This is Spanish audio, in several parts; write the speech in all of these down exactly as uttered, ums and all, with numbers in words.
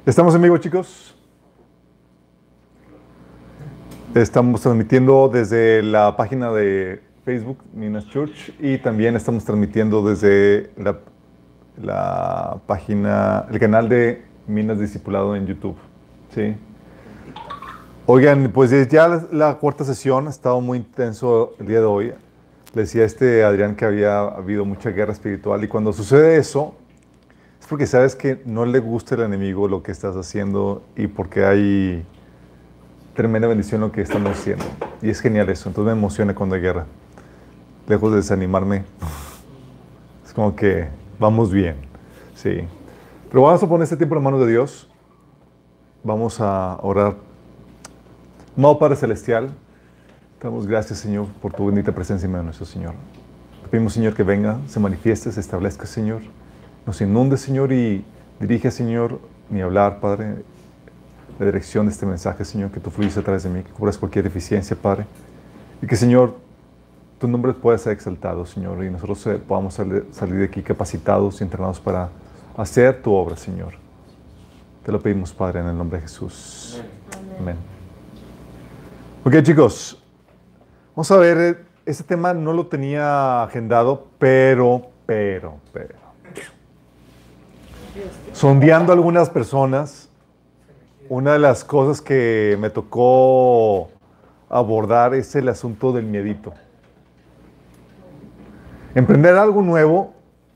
¿Estamos en vivo, chicos? Estamos transmitiendo desde la página de Facebook, Minas Church, y también estamos transmitiendo desde la, la página, el canal de Minas Discipulado en YouTube. ¿Sí? Oigan, pues ya la, la cuarta sesión ha estado muy intenso el día de hoy. Le decía a este Adrián que había habido mucha guerra espiritual, y cuando sucede eso, es porque sabes que no le gusta el enemigo lo que estás haciendo y porque hay tremenda bendición lo que estamos haciendo. Y es genial eso. Entonces me emociona cuando hay guerra. Lejos de desanimarme, es como que vamos bien. Sí. Pero vamos a poner este tiempo en las manos de Dios. Vamos a orar. Amado Padre Celestial, te damos gracias, Señor, por tu bendita presencia en medio de nuestro Señor. Te pedimos, Señor, que venga, se manifieste, se establezca, Señor. Nos inunde, Señor, y dirige, Señor, mi hablar, Padre, la dirección de este mensaje, Señor, que tú fluyes a través de mí, que cubras cualquier deficiencia, Padre. Y que, Señor, tu nombre pueda ser exaltado, Señor, y nosotros eh, podamos salir, salir de aquí capacitados y entrenados para hacer tu obra, Señor. Te lo pedimos, Padre, en el nombre de Jesús. Amén. Amén. Ok, chicos, vamos a ver, eh, este tema no lo tenía agendado, pero, pero, pero. Sondeando a algunas personas, una de las cosas que me tocó abordar es el asunto del miedito. Emprender algo nuevo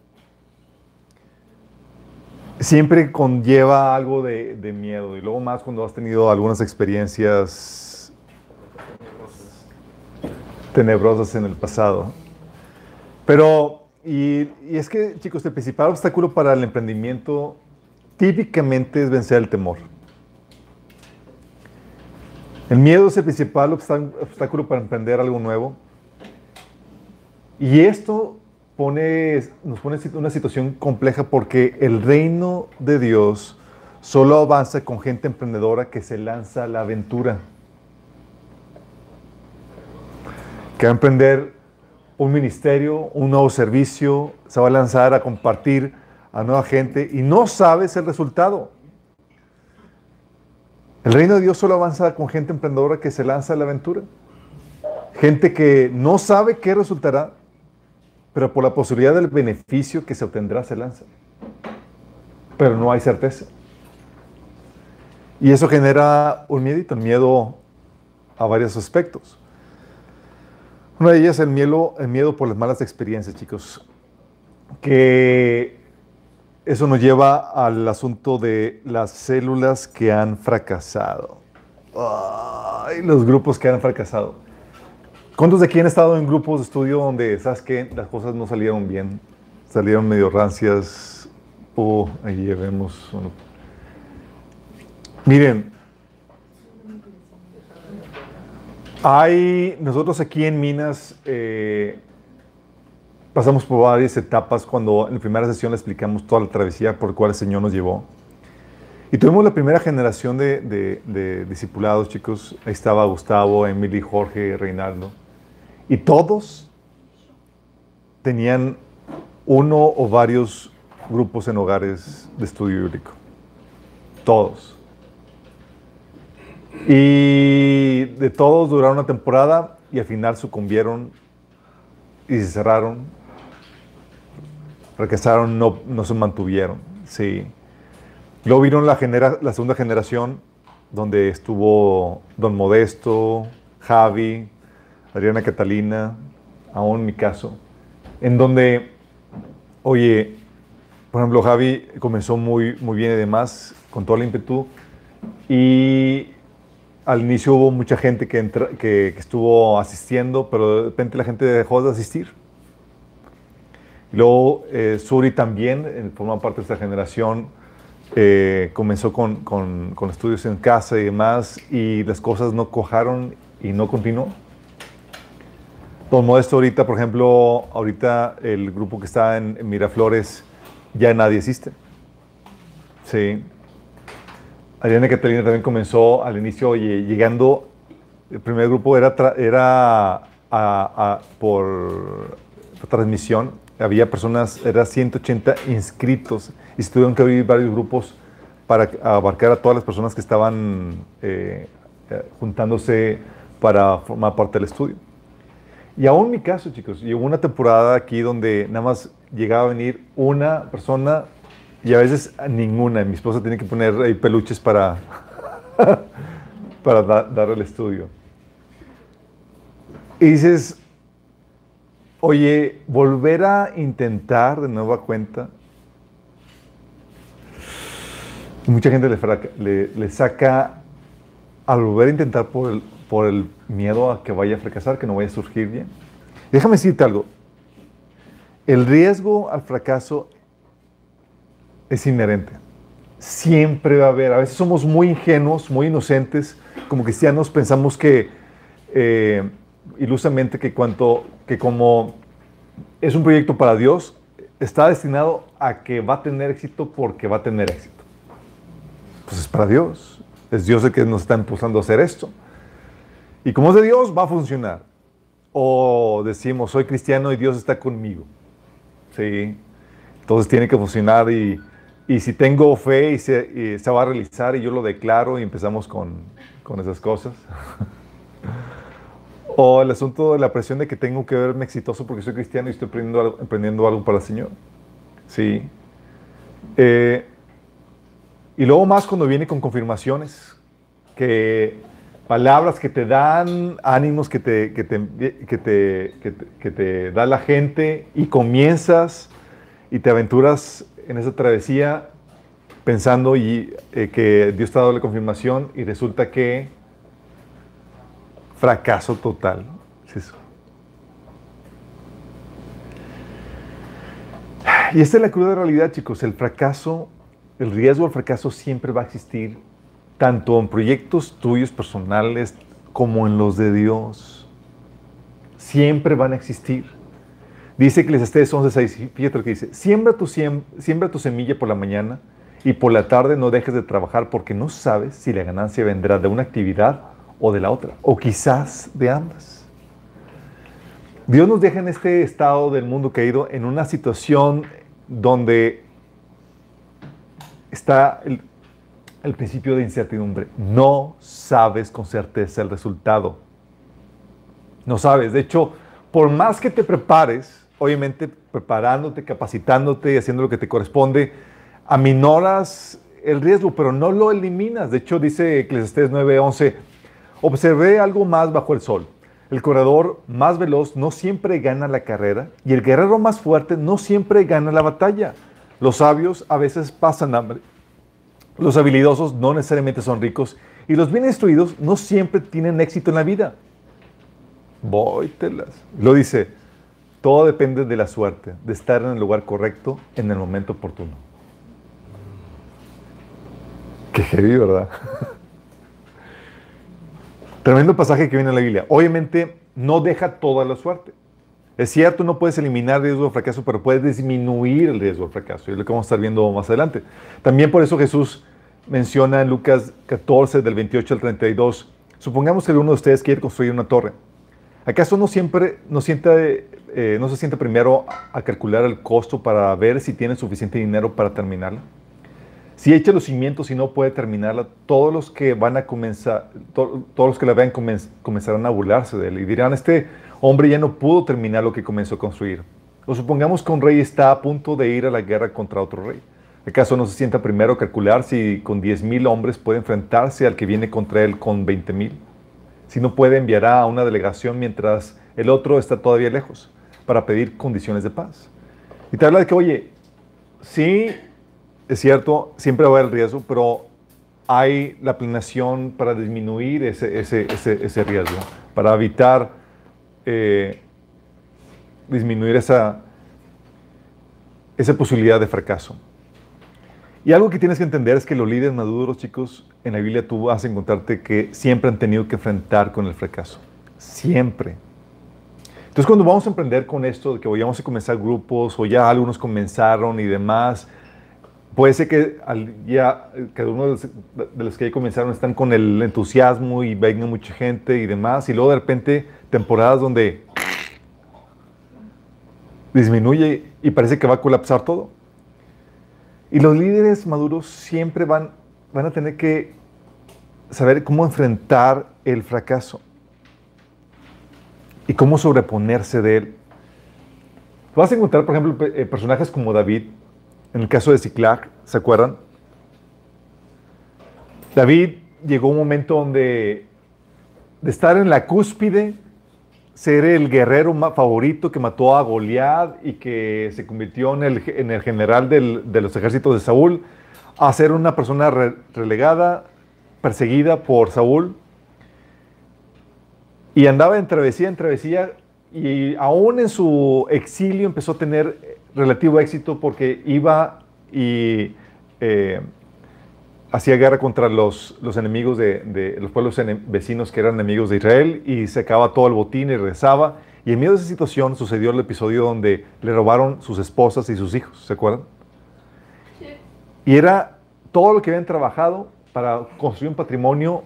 siempre conlleva algo de, de miedo, y luego más cuando has tenido algunas experiencias tenebrosas en el pasado. Pero, y, y es que, chicos, el principal obstáculo para el emprendimiento típicamente es vencer el temor. El miedo es el principal obstáculo para emprender algo nuevo. Y esto pone, nos pone en una situación compleja porque el reino de Dios solo avanza con gente emprendedora que se lanza a la aventura. Que va a emprender un ministerio, un nuevo servicio, se va a lanzar a compartir a nueva gente y no sabes el resultado. El reino de Dios solo avanza con gente emprendedora que se lanza a la aventura. Gente que no sabe qué resultará, pero por la posibilidad del beneficio que se obtendrá se lanza. Pero no hay certeza. Y eso genera un miedito, un miedo a varios aspectos. Una de ellas es el miedo, el miedo por las malas experiencias, chicos. Que eso nos lleva al asunto de las células que han fracasado. Ay, los grupos que han fracasado. ¿Cuántos de aquí han estado en grupos de estudio donde, sabes qué, las cosas no salieron bien? Salieron medio rancias. Oh, ahí vemos. Bueno. Miren, hay, nosotros aquí en Minas eh, pasamos por varias etapas cuando en la primera sesión le explicamos toda la travesía por la cual el Señor nos llevó. Y tuvimos la primera generación de, de, de discipulados, chicos. Ahí estaba Gustavo, Emily, Jorge, Reinaldo. Y todos tenían uno o varios grupos en hogares de estudio bíblico. Todos. Y de todos duraron una temporada y al final sucumbieron y se cerraron. Fracasaron, no, no se mantuvieron. Sí. Luego vino la, genera, la segunda generación donde estuvo Don Modesto, Javi, Adriana Catalina, aún en mi caso, en donde, oye, por ejemplo, Javi comenzó muy, muy bien y demás, con todo el ímpetu, y al inicio hubo mucha gente que, entra, que, que estuvo asistiendo, pero de repente la gente dejó de asistir. Y luego eh, Suri también, eh, forma parte de esta generación, eh, comenzó con, con, con estudios en casa y demás, y las cosas no cojaron y no continuó. Don Modesto ahorita, por ejemplo, ahorita el grupo que está en, en Miraflores, ya nadie existe. Sí. Adriana Catalina también comenzó al inicio, oye, llegando, el primer grupo era, era a, a, por transmisión, había personas, era ciento ochenta inscritos, y se tuvieron que abrir varios grupos para abarcar a todas las personas que estaban eh, eh, juntándose para formar parte del estudio. Y aún en mi caso, chicos, llegó una temporada aquí donde nada más llegaba a venir una persona y a veces ninguna. Mi esposa tiene que poner ahí peluches para, para da, dar el estudio. Y dices, oye, volver a intentar de nueva cuenta. Y mucha gente le, fraca, le, le saca al volver a intentar por el, por el miedo a que vaya a fracasar, que no vaya a surgir bien. Déjame decirte algo. El riesgo al fracaso es inherente. Siempre va a haber. A veces somos muy ingenuos, muy inocentes. Como cristianos pensamos que, eh, ilusamente, que, cuanto, que como es un proyecto para Dios, está destinado a que va a tener éxito porque va a tener éxito. Pues es para Dios. Es Dios el que nos está impulsando a hacer esto. Y como es de Dios, va a funcionar. O decimos, soy cristiano y Dios está conmigo. Sí. Entonces tiene que funcionar y, y si tengo fe y se, y se va a realizar y yo lo declaro y empezamos con, con esas cosas. O el asunto de la presión de que tengo que verme exitoso porque soy cristiano y estoy emprendiendo algo, emprendiendo algo para el Señor. Sí. Eh, y luego más cuando viene con confirmaciones, que palabras que te dan, ánimos que te, que te, que te, que te, que te da la gente y comienzas y te aventuras en esa travesía pensando y, eh, que Dios te ha dado la confirmación y resulta que fracaso total. Es eso. Y esta es la cruda realidad, chicos. El fracaso, el riesgo al fracaso siempre va a existir, tanto en proyectos tuyos personales como en los de Dios. Siempre van a existir. Dice Eclesiastés once seis, fíjate lo que dice, siembra tu, siembra tu semilla por la mañana y por la tarde no dejes de trabajar porque no sabes si la ganancia vendrá de una actividad o de la otra, o quizás de ambas. Dios nos deja en este estado del mundo caído en una situación donde está el, el principio de incertidumbre. No sabes con certeza el resultado. No sabes. De hecho, por más que te prepares, obviamente preparándote, capacitándote y haciendo lo que te corresponde, aminoras el riesgo, pero no lo eliminas. De hecho, dice Eclesiastés nueve once, observé algo más bajo el sol. El corredor más veloz no siempre gana la carrera y el guerrero más fuerte no siempre gana la batalla. Los sabios a veces pasan hambre. Los habilidosos no necesariamente son ricos y los bien instruidos no siempre tienen éxito en la vida. Vóytelas. Lo dice, todo depende de la suerte, de estar en el lugar correcto en el momento oportuno. Qué heavy, ¿verdad? Tremendo pasaje que viene en la Biblia. Obviamente no deja toda la suerte. Es cierto, no puedes eliminar el riesgo de fracaso, pero puedes disminuir el riesgo de fracaso. Y es lo que vamos a estar viendo más adelante. También por eso Jesús menciona en Lucas catorce, del veintiocho al treinta y dos, supongamos que alguno de ustedes quiere construir una torre. ¿Acaso no siempre no, sienta, eh, no se sienta primero a calcular el costo para ver si tiene suficiente dinero para terminarla? Si echa los cimientos y no puede terminarla, todos los que van a comenzar, to, todos los que la vean comenz, comenzarán a burlarse de él y dirán, este hombre ya no pudo terminar lo que comenzó a construir. O supongamos que un rey está a punto de ir a la guerra contra otro rey. ¿Acaso no se sienta primero a calcular si con diez mil hombres puede enfrentarse al que viene contra él con veinte mil? Si no puede, enviará a una delegación mientras el otro está todavía lejos para pedir condiciones de paz. Y te habla de que, oye, sí, es cierto, siempre va a haber el riesgo, pero hay la planeación para disminuir ese, ese, ese, ese riesgo, para evitar eh, disminuir esa, esa posibilidad de fracaso. Y algo que tienes que entender es que los líderes maduros, chicos, en la Biblia tú vas a encontrarte que siempre han tenido que enfrentar con el fracaso. Siempre. Entonces, cuando vamos a emprender con esto, de que vayamos a comenzar grupos, o ya algunos comenzaron y demás, puede ser que al, ya cada uno de los, de los que ya comenzaron están con el entusiasmo y venga mucha gente y demás, y luego de repente temporadas donde disminuye y parece que va a colapsar todo. Y los líderes maduros siempre van, van a tener que saber cómo enfrentar el fracaso y cómo sobreponerse de él. Vas a encontrar, por ejemplo, pe- eh, personajes como David, en el caso de Ziklag, ¿se acuerdan? David llegó a un momento donde, de estar en la cúspide, ser el guerrero ma- favorito que mató a Goliat y que se convirtió en el, ge- en el general del- de los ejércitos de Saúl, a ser una persona re- relegada, perseguida por Saúl, y andaba en travesía en travesía, y aún en su exilio empezó a tener eh, relativo éxito porque iba y eh, hacía guerra contra los, los enemigos de, de los pueblos ene- vecinos que eran enemigos de Israel y sacaba todo el botín y regresaba. Y en medio de esa situación sucedió el episodio donde le robaron sus esposas y sus hijos, ¿se acuerdan? Y era todo lo que habían trabajado para construir un patrimonio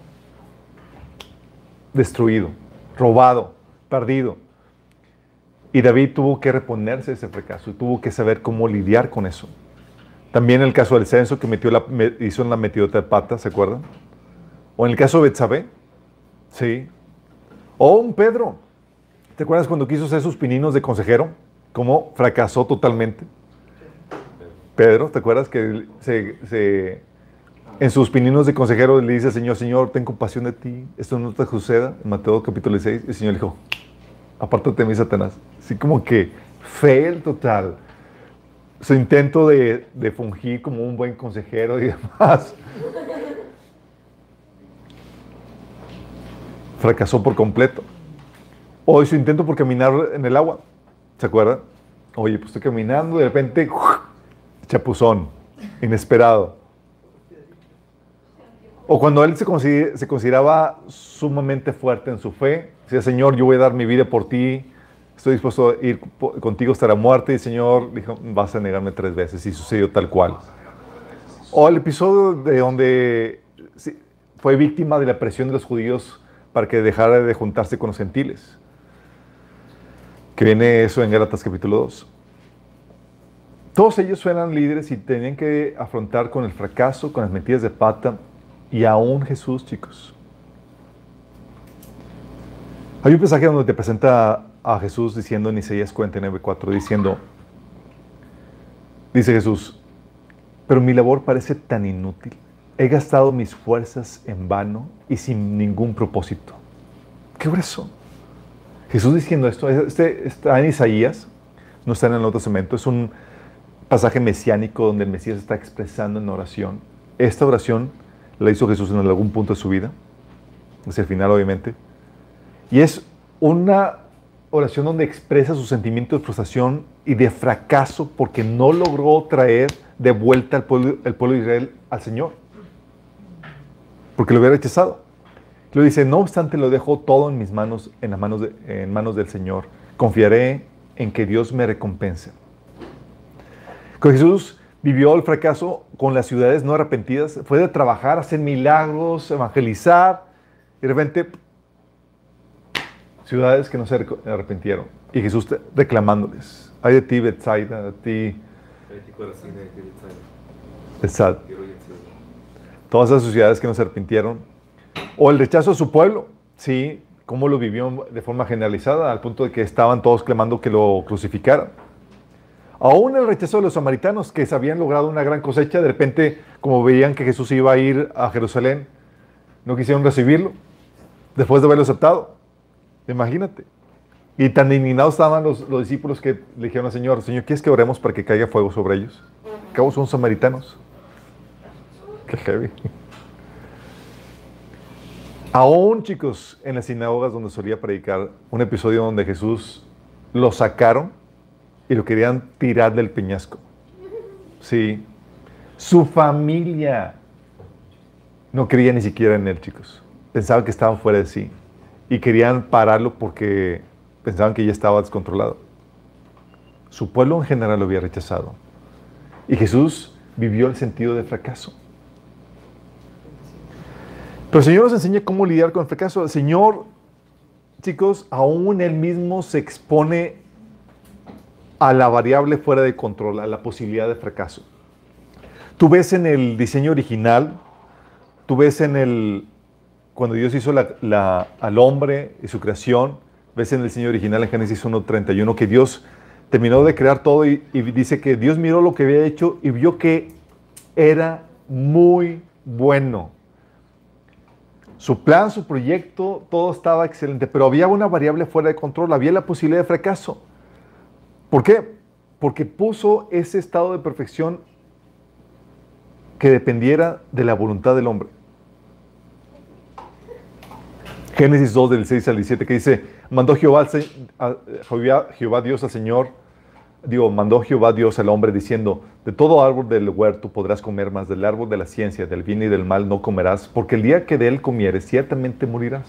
destruido, robado, perdido. Y David tuvo que reponerse de ese fracaso y tuvo que saber cómo lidiar con eso. También el caso del censo que metió la, me- hizo en la metidota de pata, ¿se acuerdan? O en el caso de Betsabé, sí. O un Pedro, ¿te acuerdas cuando quiso hacer sus pininos de consejero? ¿Cómo fracasó totalmente? Pedro, ¿te acuerdas que se, se- en sus pininos de consejero le dice al Señor, Señor, ten compasión de ti, esto no te suceda? En Mateo capítulo seis, el Señor le dijo, apártate de mí, Satanás. Así como que fail total. Su intento de, de fungir como un buen consejero y demás, fracasó por completo. O su intento por caminar en el agua, ¿se acuerdan? Oye, pues estoy caminando y de repente, chapuzón, inesperado. O cuando él se, consider- se consideraba sumamente fuerte en su fe, decía, Señor, yo voy a dar mi vida por ti, estoy dispuesto a ir po- contigo hasta la muerte. Y el Señor dijo, vas a negarme tres veces, y sucedió tal cual. O el episodio de donde sí, fue víctima de la presión de los judíos para que dejara de juntarse con los gentiles, que viene eso en Gálatas capítulo dos. Todos ellos eran líderes y tenían que afrontar con el fracaso, con las metidas de pata, y aún Jesús, chicos. Hay un pasaje donde te presenta a Jesús diciendo en Isaías cuarenta y nueve cuatro, diciendo, dice Jesús, pero mi labor parece tan inútil. He gastado mis fuerzas en vano y sin ningún propósito. ¿Qué grueso? Jesús diciendo esto, este está en Isaías, no está en el Nuevo Testamento, es un pasaje mesiánico donde el Mesías está expresando en oración. Esta oración la hizo Jesús en algún punto de su vida, hacia el final obviamente, y es una oración donde expresa su sentimiento de frustración y de fracaso porque no logró traer de vuelta al pueblo, el pueblo de Israel al Señor, porque lo había rechazado. Lo dice, no obstante lo dejo todo en mis manos, en las manos, de, en manos del Señor. Confiaré en que Dios me recompense. Con Jesús vivió el fracaso con las ciudades no arrepentidas. Fue de trabajar, hacer milagros, evangelizar. Y de repente, ciudades que no se arrepintieron. Y Jesús reclamándoles. Ay de ti, Betsaida, de ti, Bethsada. Todas esas ciudades que no se arrepintieron. O el rechazo a su pueblo, sí, cómo lo vivió de forma generalizada, al punto de que estaban todos clamando que lo crucificaran. Aún el rechazo de los samaritanos, que se habían logrado una gran cosecha, de repente, como veían que Jesús iba a ir a Jerusalén, no quisieron recibirlo, después de haberlo aceptado. Imagínate. Y tan indignados estaban los, los discípulos que le dijeron al Señor, Señor, ¿quieres que oremos para que caiga fuego sobre ellos? Al cabo son samaritanos. Qué heavy. Aún, chicos, en las sinagogas donde solía predicar, un episodio donde Jesús lo sacaron y lo querían tirar del peñasco. Sí. Su familia no creía ni siquiera en él, chicos. Pensaban que estaban fuera de sí. Y querían pararlo porque pensaban que ya estaba descontrolado. Su pueblo en general lo había rechazado. Y Jesús vivió el sentido de fracaso. Pero el Señor nos enseña cómo lidiar con el fracaso. El Señor, chicos, aún Él mismo se expone a la variable fuera de control, a la posibilidad de fracaso. Tú ves en el diseño original, tú ves en el, cuando Dios hizo la, la, al hombre y su creación, ves en el diseño original en Génesis uno treinta y uno que Dios terminó de crear todo y, y dice que Dios miró lo que había hecho y vio que era muy bueno. Su plan, su proyecto, todo estaba excelente, pero había una variable fuera de control, había la posibilidad de fracaso. ¿Por qué? Porque puso ese estado de perfección que dependiera de la voluntad del hombre. Génesis dos, del seis al diecisiete, que dice, mandó Jehová, al, a, Jehová, Jehová Dios al Señor, digo, mandó Jehová Dios al hombre diciendo, de todo árbol del huerto podrás comer, mas del árbol de la ciencia, del bien y del mal no comerás, porque el día que de él comieres, ciertamente morirás.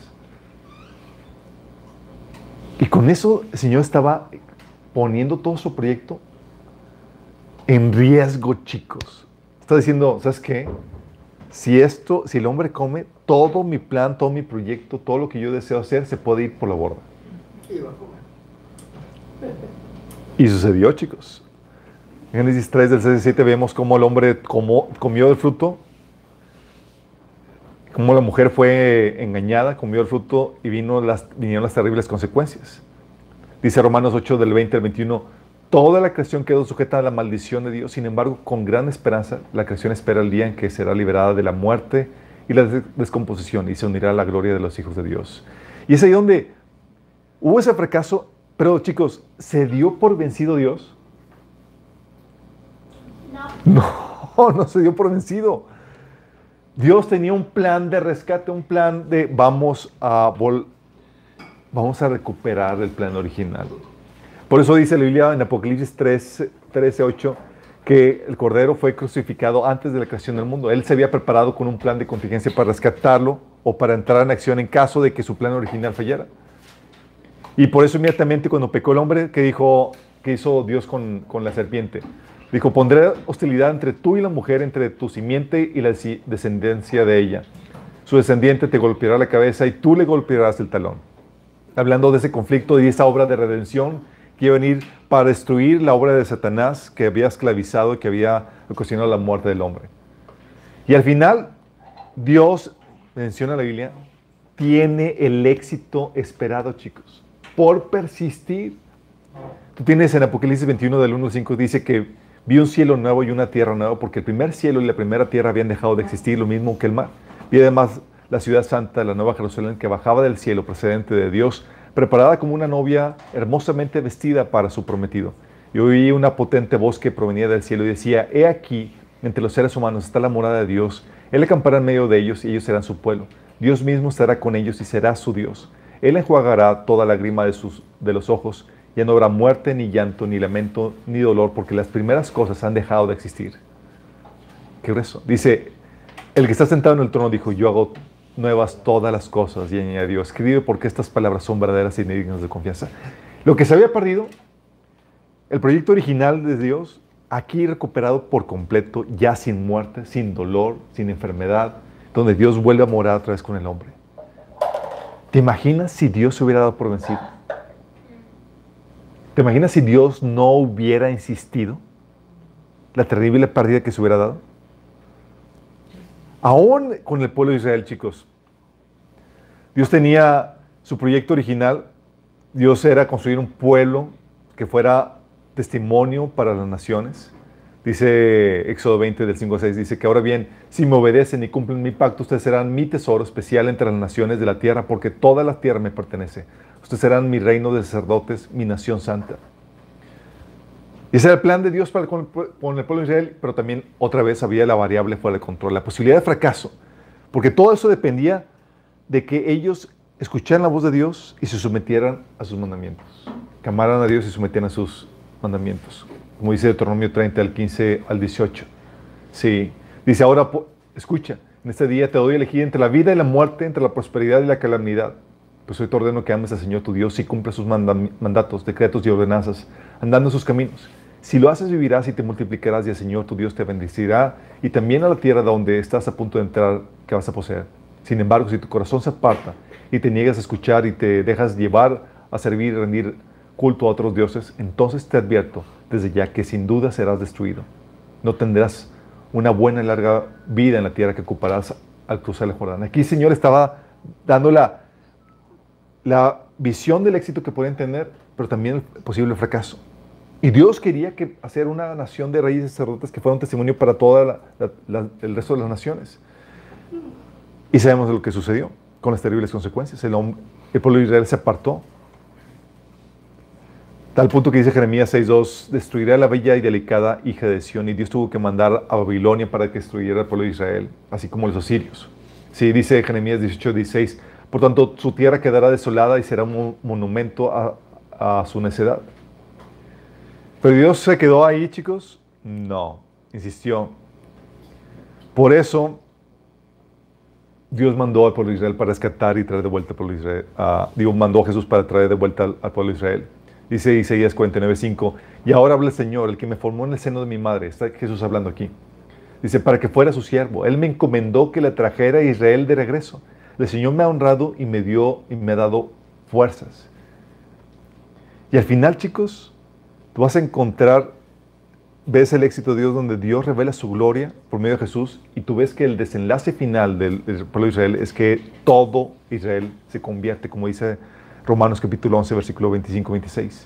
Y con eso el Señor estaba poniendo todo su proyecto en riesgo, chicos. Está diciendo, ¿sabes qué? Si esto, si el hombre come, todo mi plan, todo mi proyecto, todo lo que yo deseo hacer, se puede ir por la borda. Y sucedió, chicos. En Génesis tres, del seis al siete, vemos cómo el hombre comió, comió del fruto, cómo la mujer fue engañada, comió el fruto y vino las, vinieron las terribles consecuencias. Dice Romanos ocho, del veinte al veintiuno, toda la creación quedó sujeta a la maldición de Dios, sin embargo, con gran esperanza, la creación espera el día en que será liberada de la muerte y la descomposición y se unirá a la gloria de los hijos de Dios. Y es ahí donde hubo ese fracaso, pero chicos, ¿se dio por vencido Dios? No. No, no se dio por vencido. Dios tenía un plan de rescate, un plan de vamos a, vol vamos a recuperar el plan original. Por eso dice la Biblia en Apocalipsis trece, ocho, que el Cordero fue crucificado antes de la creación del mundo. Él se había preparado con un plan de contingencia para rescatarlo o para entrar en acción en caso de que su plan original fallara. Y por eso inmediatamente cuando pecó el hombre, ¿qué dijo, qué hizo Dios con, con la serpiente? Dijo, pondré hostilidad entre tú y la mujer, entre tu simiente y la descendencia de ella. Su descendiente te golpeará la cabeza y tú le golpearás el talón. Hablando de ese conflicto y esa obra de redención que iba a venir para destruir la obra de Satanás que había esclavizado y que había ocasionado la muerte del hombre. Y al final, Dios, menciona la Biblia, tiene el éxito esperado, chicos, por persistir. Tú tienes en Apocalipsis veintiuno, del uno al cinco, dice que vi un cielo nuevo y una tierra nueva, porque el primer cielo y la primera tierra habían dejado de existir, lo mismo que el mar. Vi además la ciudad santa, la nueva Jerusalén, que bajaba del cielo procedente de Dios, preparada como una novia hermosamente vestida para su prometido. Y oí una potente voz que provenía del cielo y decía, he aquí, entre los seres humanos está la morada de Dios. Él acampará en medio de ellos y ellos serán su pueblo. Dios mismo estará con ellos y será su Dios. Él enjuagará toda lágrima de, sus, de los ojos. Ya no habrá muerte, ni llanto, ni lamento, ni dolor, porque las primeras cosas han dejado de existir. ¿Qué grueso? Dice, el que está sentado en el trono dijo, yo hago nuevas todas las cosas, y añadió, escribe porque estas palabras son verdaderas y dignas de confianza. Lo que se había perdido, el proyecto original de Dios, aquí recuperado por completo, ya sin muerte, sin dolor, sin enfermedad, donde Dios vuelve a morar otra vez con el hombre. ¿Te imaginas si Dios se hubiera dado por vencido? ¿Te imaginas si Dios no hubiera insistido? La terrible pérdida que se hubiera dado. Aún con el pueblo de Israel, chicos, Dios tenía su proyecto original. Dios era construir un pueblo que fuera testimonio para las naciones. Dice Éxodo veinte, del cinco al seis, dice que ahora bien, si me obedecen y cumplen mi pacto, ustedes serán mi tesoro especial entre las naciones de la tierra, porque toda la tierra me pertenece. Ustedes serán mi reino de sacerdotes, mi nación santa. Y ese era el plan de Dios para con, con el pueblo de Israel, pero también otra vez había la variable fuera de control, la posibilidad de fracaso, porque todo eso dependía de que ellos escucharan la voz de Dios y se sometieran a sus mandamientos, que amaran a Dios y se sometieran a sus mandamientos, como dice Deuteronomio treinta, al quince al dieciocho. Sí, dice ahora, escucha, en este día te doy a elegir entre la vida y la muerte, entre la prosperidad y la calamidad. Pues hoy te ordeno que ames al Señor tu Dios y cumpla sus mandatos, decretos y ordenanzas, andando en sus caminos. Si lo haces, vivirás y te multiplicarás, y el Señor tu Dios te bendecirá, y también a la tierra donde estás a punto de entrar, que vas a poseer. Sin embargo, si tu corazón se aparta y te niegas a escuchar y te dejas llevar a servir y rendir culto a otros dioses, entonces te advierto desde ya que sin duda serás destruido. No tendrás una buena y larga vida en la tierra que ocuparás al cruzar el Jordán. Aquí el Señor estaba dando la, la visión del éxito que pueden tener, pero también el posible fracaso. Y Dios quería que hacer una nación de reyes y sacerdotes que fuera un testimonio para todo el resto de las naciones. Y sabemos de lo que sucedió, con las terribles consecuencias. El, hombre, el pueblo de Israel se apartó. Tal punto que dice Jeremías seis dos, destruirá a la bella y delicada hija de Sión, y Dios tuvo que mandar a Babilonia para que destruyera al pueblo de Israel, así como los asirios. Sí, dice Jeremías dieciocho dieciséis, por tanto su tierra quedará desolada y será un monumento a, a su necedad. ¿Pero Dios se quedó ahí, chicos? No, insistió. Por eso, Dios mandó al pueblo de Israel para rescatar y traer de vuelta al pueblo de Israel. Uh, digo, mandó a Jesús para traer de vuelta al, al pueblo de Israel. Dice Isaías cuarenta y nueve cinco, y ahora habla el Señor, el que me formó en el seno de mi madre. Está Jesús hablando aquí. Dice, para que fuera su siervo. Él me encomendó que le trajera a Israel de regreso. El Señor me ha honrado y me dio y me ha dado fuerzas. Y al final, chicos, tú vas a encontrar, ves el éxito de Dios donde Dios revela su gloria por medio de Jesús, y tú ves que el desenlace final del, del pueblo de Israel es que todo Israel se convierte, como dice Romanos capítulo once, versículo veinticinco veintiséis.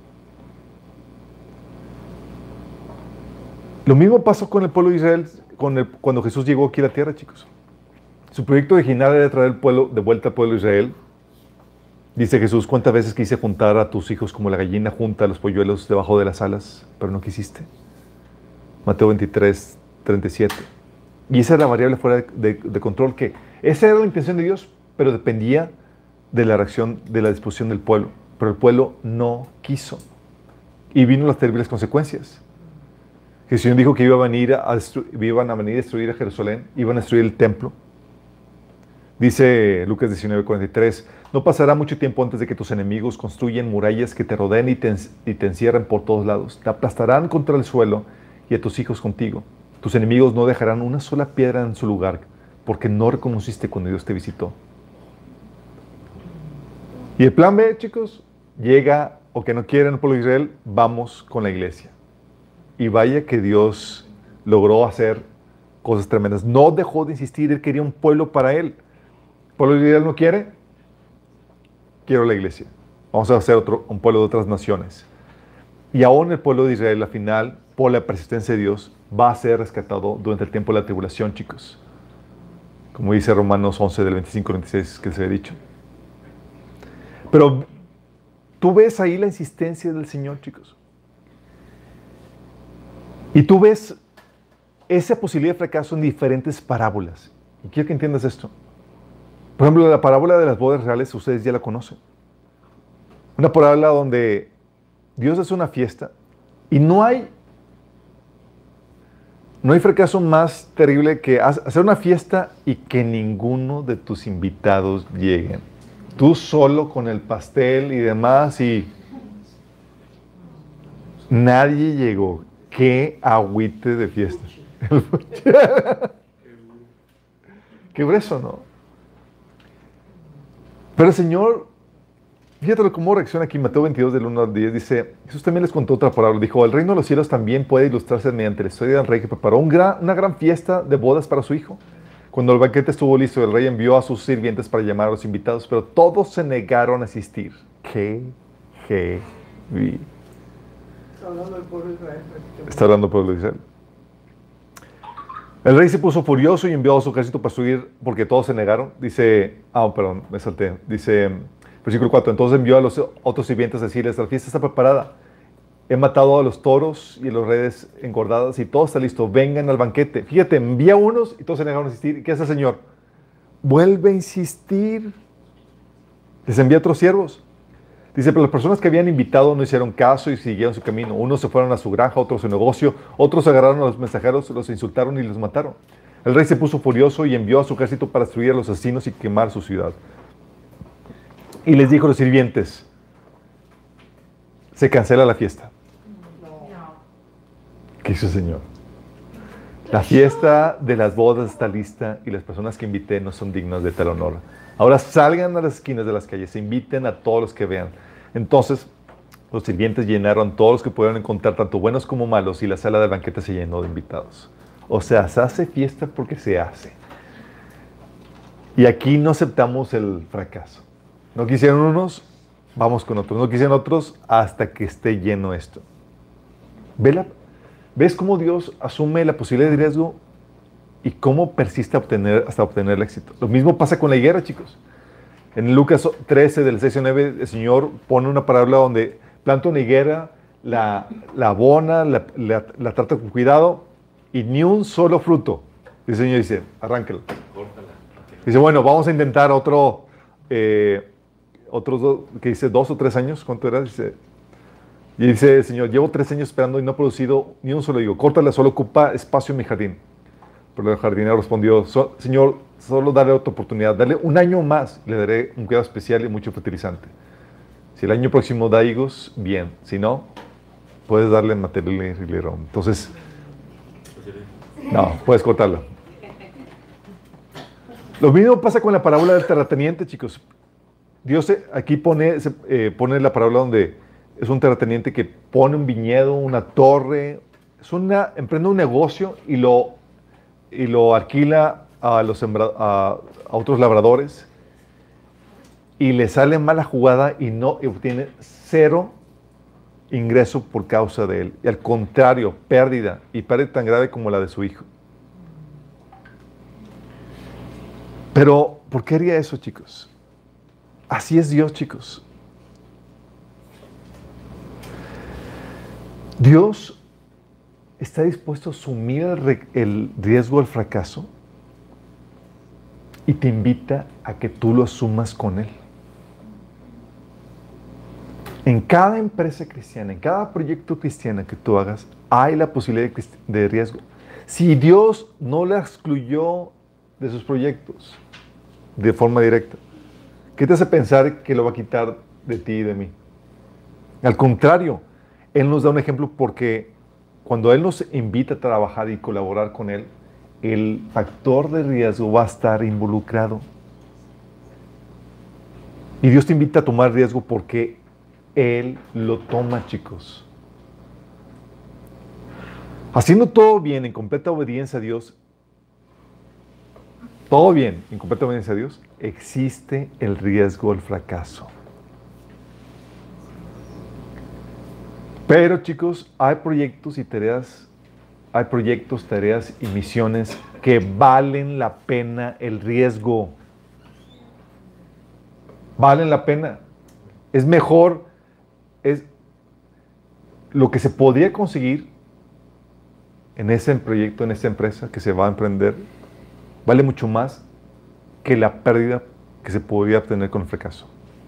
Lo mismo pasó con el pueblo de Israel con el, cuando Jesús llegó aquí a la tierra, chicos. Su proyecto original era traer el pueblo, de vuelta al pueblo de Israel. Dice Jesús, ¿cuántas veces quise juntar a tus hijos como la gallina junta a los polluelos debajo de las alas? Pero no quisiste. Mateo veintitrés, treinta y siete. Y esa era la variable fuera de, de, de control, que esa era la intención de Dios, pero dependía de la reacción, de la disposición del pueblo. Pero el pueblo no quiso. Y vino las terribles consecuencias. Jesús dijo que iba a venir a iban a venir a destruir a Jerusalén, iban a destruir el templo. Dice Lucas diecinueve cuarenta y tres, no pasará mucho tiempo antes de que tus enemigos construyan murallas que te rodeen y te, y te encierren por todos lados. Te aplastarán contra el suelo y a tus hijos contigo. Tus enemigos no dejarán una sola piedra en su lugar, porque no reconociste cuando Dios te visitó. Y el plan B, chicos, llega, o que no quieren el pueblo de Israel, vamos con la iglesia. Y vaya que Dios logró hacer cosas tremendas. No dejó de insistir, Él quería un pueblo para Él. ¿El pueblo de Israel no quiere? Quiero la iglesia. Vamos a hacer otro, un pueblo de otras naciones. Y aún el pueblo de Israel, al final, por la persistencia de Dios, va a ser rescatado durante el tiempo de la tribulación, chicos. Como dice Romanos once, del veinticinco al veintiséis, que se ha dicho. Pero tú ves ahí la insistencia del Señor, chicos. Y tú ves esa posibilidad de fracaso en diferentes parábolas. Y quiero que entiendas esto. Por ejemplo, la parábola de las bodas reales, ustedes ya la conocen. Una parábola donde Dios hace una fiesta y no hay, no hay fracaso más terrible que hacer una fiesta y que ninguno de tus invitados lleguen. Tú solo con el pastel y demás y nadie llegó. ¡Qué agüite de fiesta! ¡Qué grueso, ¿no? Pero el Señor, fíjate cómo reacciona aquí, Mateo veintidós, del uno al diez, dice, Jesús también les contó otra parábola, dijo, el reino de los cielos también puede ilustrarse mediante la historia del rey que preparó un gran, una gran fiesta de bodas para su hijo. Cuando el banquete estuvo listo, el rey envió a sus sirvientes para llamar a los invitados, pero todos se negaron a asistir. ¡Qué heavy! Está hablando del pueblo de Israel. Está hablando del pueblo de Israel. El rey se puso furioso y envió a su ejército para subir porque todos se negaron. Dice, ah, perdón, me salté. Dice, versículo cuatro, entonces envió a los otros sirvientes a decirles, la fiesta está preparada. He matado a los toros y a los redes engordadas y todo está listo. Vengan al banquete. Fíjate, envía a unos y todos se negaron a asistir. ¿Y qué hace el Señor? Vuelve a insistir. Les envía a otros siervos. Dice, pero las personas que habían invitado no hicieron caso y siguieron su camino. Unos se fueron a su granja, otros a su negocio, otros agarraron a los mensajeros, los insultaron y los mataron. El rey se puso furioso y envió a su ejército para destruir a los asesinos y quemar su ciudad. Y les dijo a los sirvientes, se cancela la fiesta. ¿Qué hizo el Señor? La fiesta de las bodas está lista y las personas que invité no son dignas de tal honor. Ahora salgan a las esquinas de las calles, e inviten a todos los que vean. Entonces, los sirvientes llenaron todos los que pudieron encontrar, tanto buenos como malos, y la sala del banquete se llenó de invitados. O sea, se hace fiesta porque se hace. Y aquí no aceptamos el fracaso. No quisieron unos, vamos con otros. No quisieron otros hasta que esté lleno esto. ¿Ve la, ¿Ves cómo Dios asume la posibilidad de riesgo y cómo persiste a obtener, hasta obtener el éxito? Lo mismo pasa con la higuera, chicos. En Lucas trece, del seis al nueve, el Señor pone una parábola donde planta una higuera, la, la abona, la, la, la trata con cuidado y ni un solo fruto. Y el Señor dice, arránquelo. Dice, bueno, vamos a intentar otro, eh, otros dos, que dice dos o tres años. ¿Cuánto era? Dice, y dice el Señor, llevo tres años esperando y no he producido ni un solo higo. Córtala, solo ocupa espacio en mi jardín. Pero el jardinero respondió, so, Señor, solo darle otra oportunidad, darle un año más, le daré un cuidado especial y mucho fertilizante. Si el año próximo da higos, bien. Si no, puedes darle material irrelevante. Entonces, no, puedes cortarlo. Lo mismo pasa con la parábola del terrateniente, chicos. Dios aquí pone, se, eh, pone la parábola donde es un terrateniente que pone un viñedo, una torre, es una, emprende un negocio y lo, y lo alquila a, los sembra, a, a otros labradores y le sale mala jugada y no y obtiene cero ingreso por causa de él. Y al contrario, pérdida, y pérdida tan grave como la de su hijo. Pero, ¿por qué haría eso, chicos? Así es Dios, chicos. Dios está dispuesto a asumir el, el riesgo del fracaso y te invita a que tú lo asumas con Él. En cada empresa cristiana, en cada proyecto cristiano que tú hagas, hay la posibilidad de, de riesgo. Si Dios no la excluyó de sus proyectos de forma directa, ¿qué te hace pensar que lo va a quitar de ti y de mí? Al contrario, Él nos da un ejemplo porque cuando Él nos invita a trabajar y colaborar con Él, el factor de riesgo va a estar involucrado. Y Dios te invita a tomar riesgo porque Él lo toma, chicos. Haciendo todo bien, en completa obediencia a Dios, todo bien, en completa obediencia a Dios, existe el riesgo del fracaso. Pero, chicos, hay proyectos y tareas, hay proyectos, tareas y misiones que valen la pena el riesgo. Valen la pena. Es mejor, es lo que se podría conseguir en ese proyecto, en esa empresa que se va a emprender, vale mucho más que la pérdida que se podría obtener con el fracaso.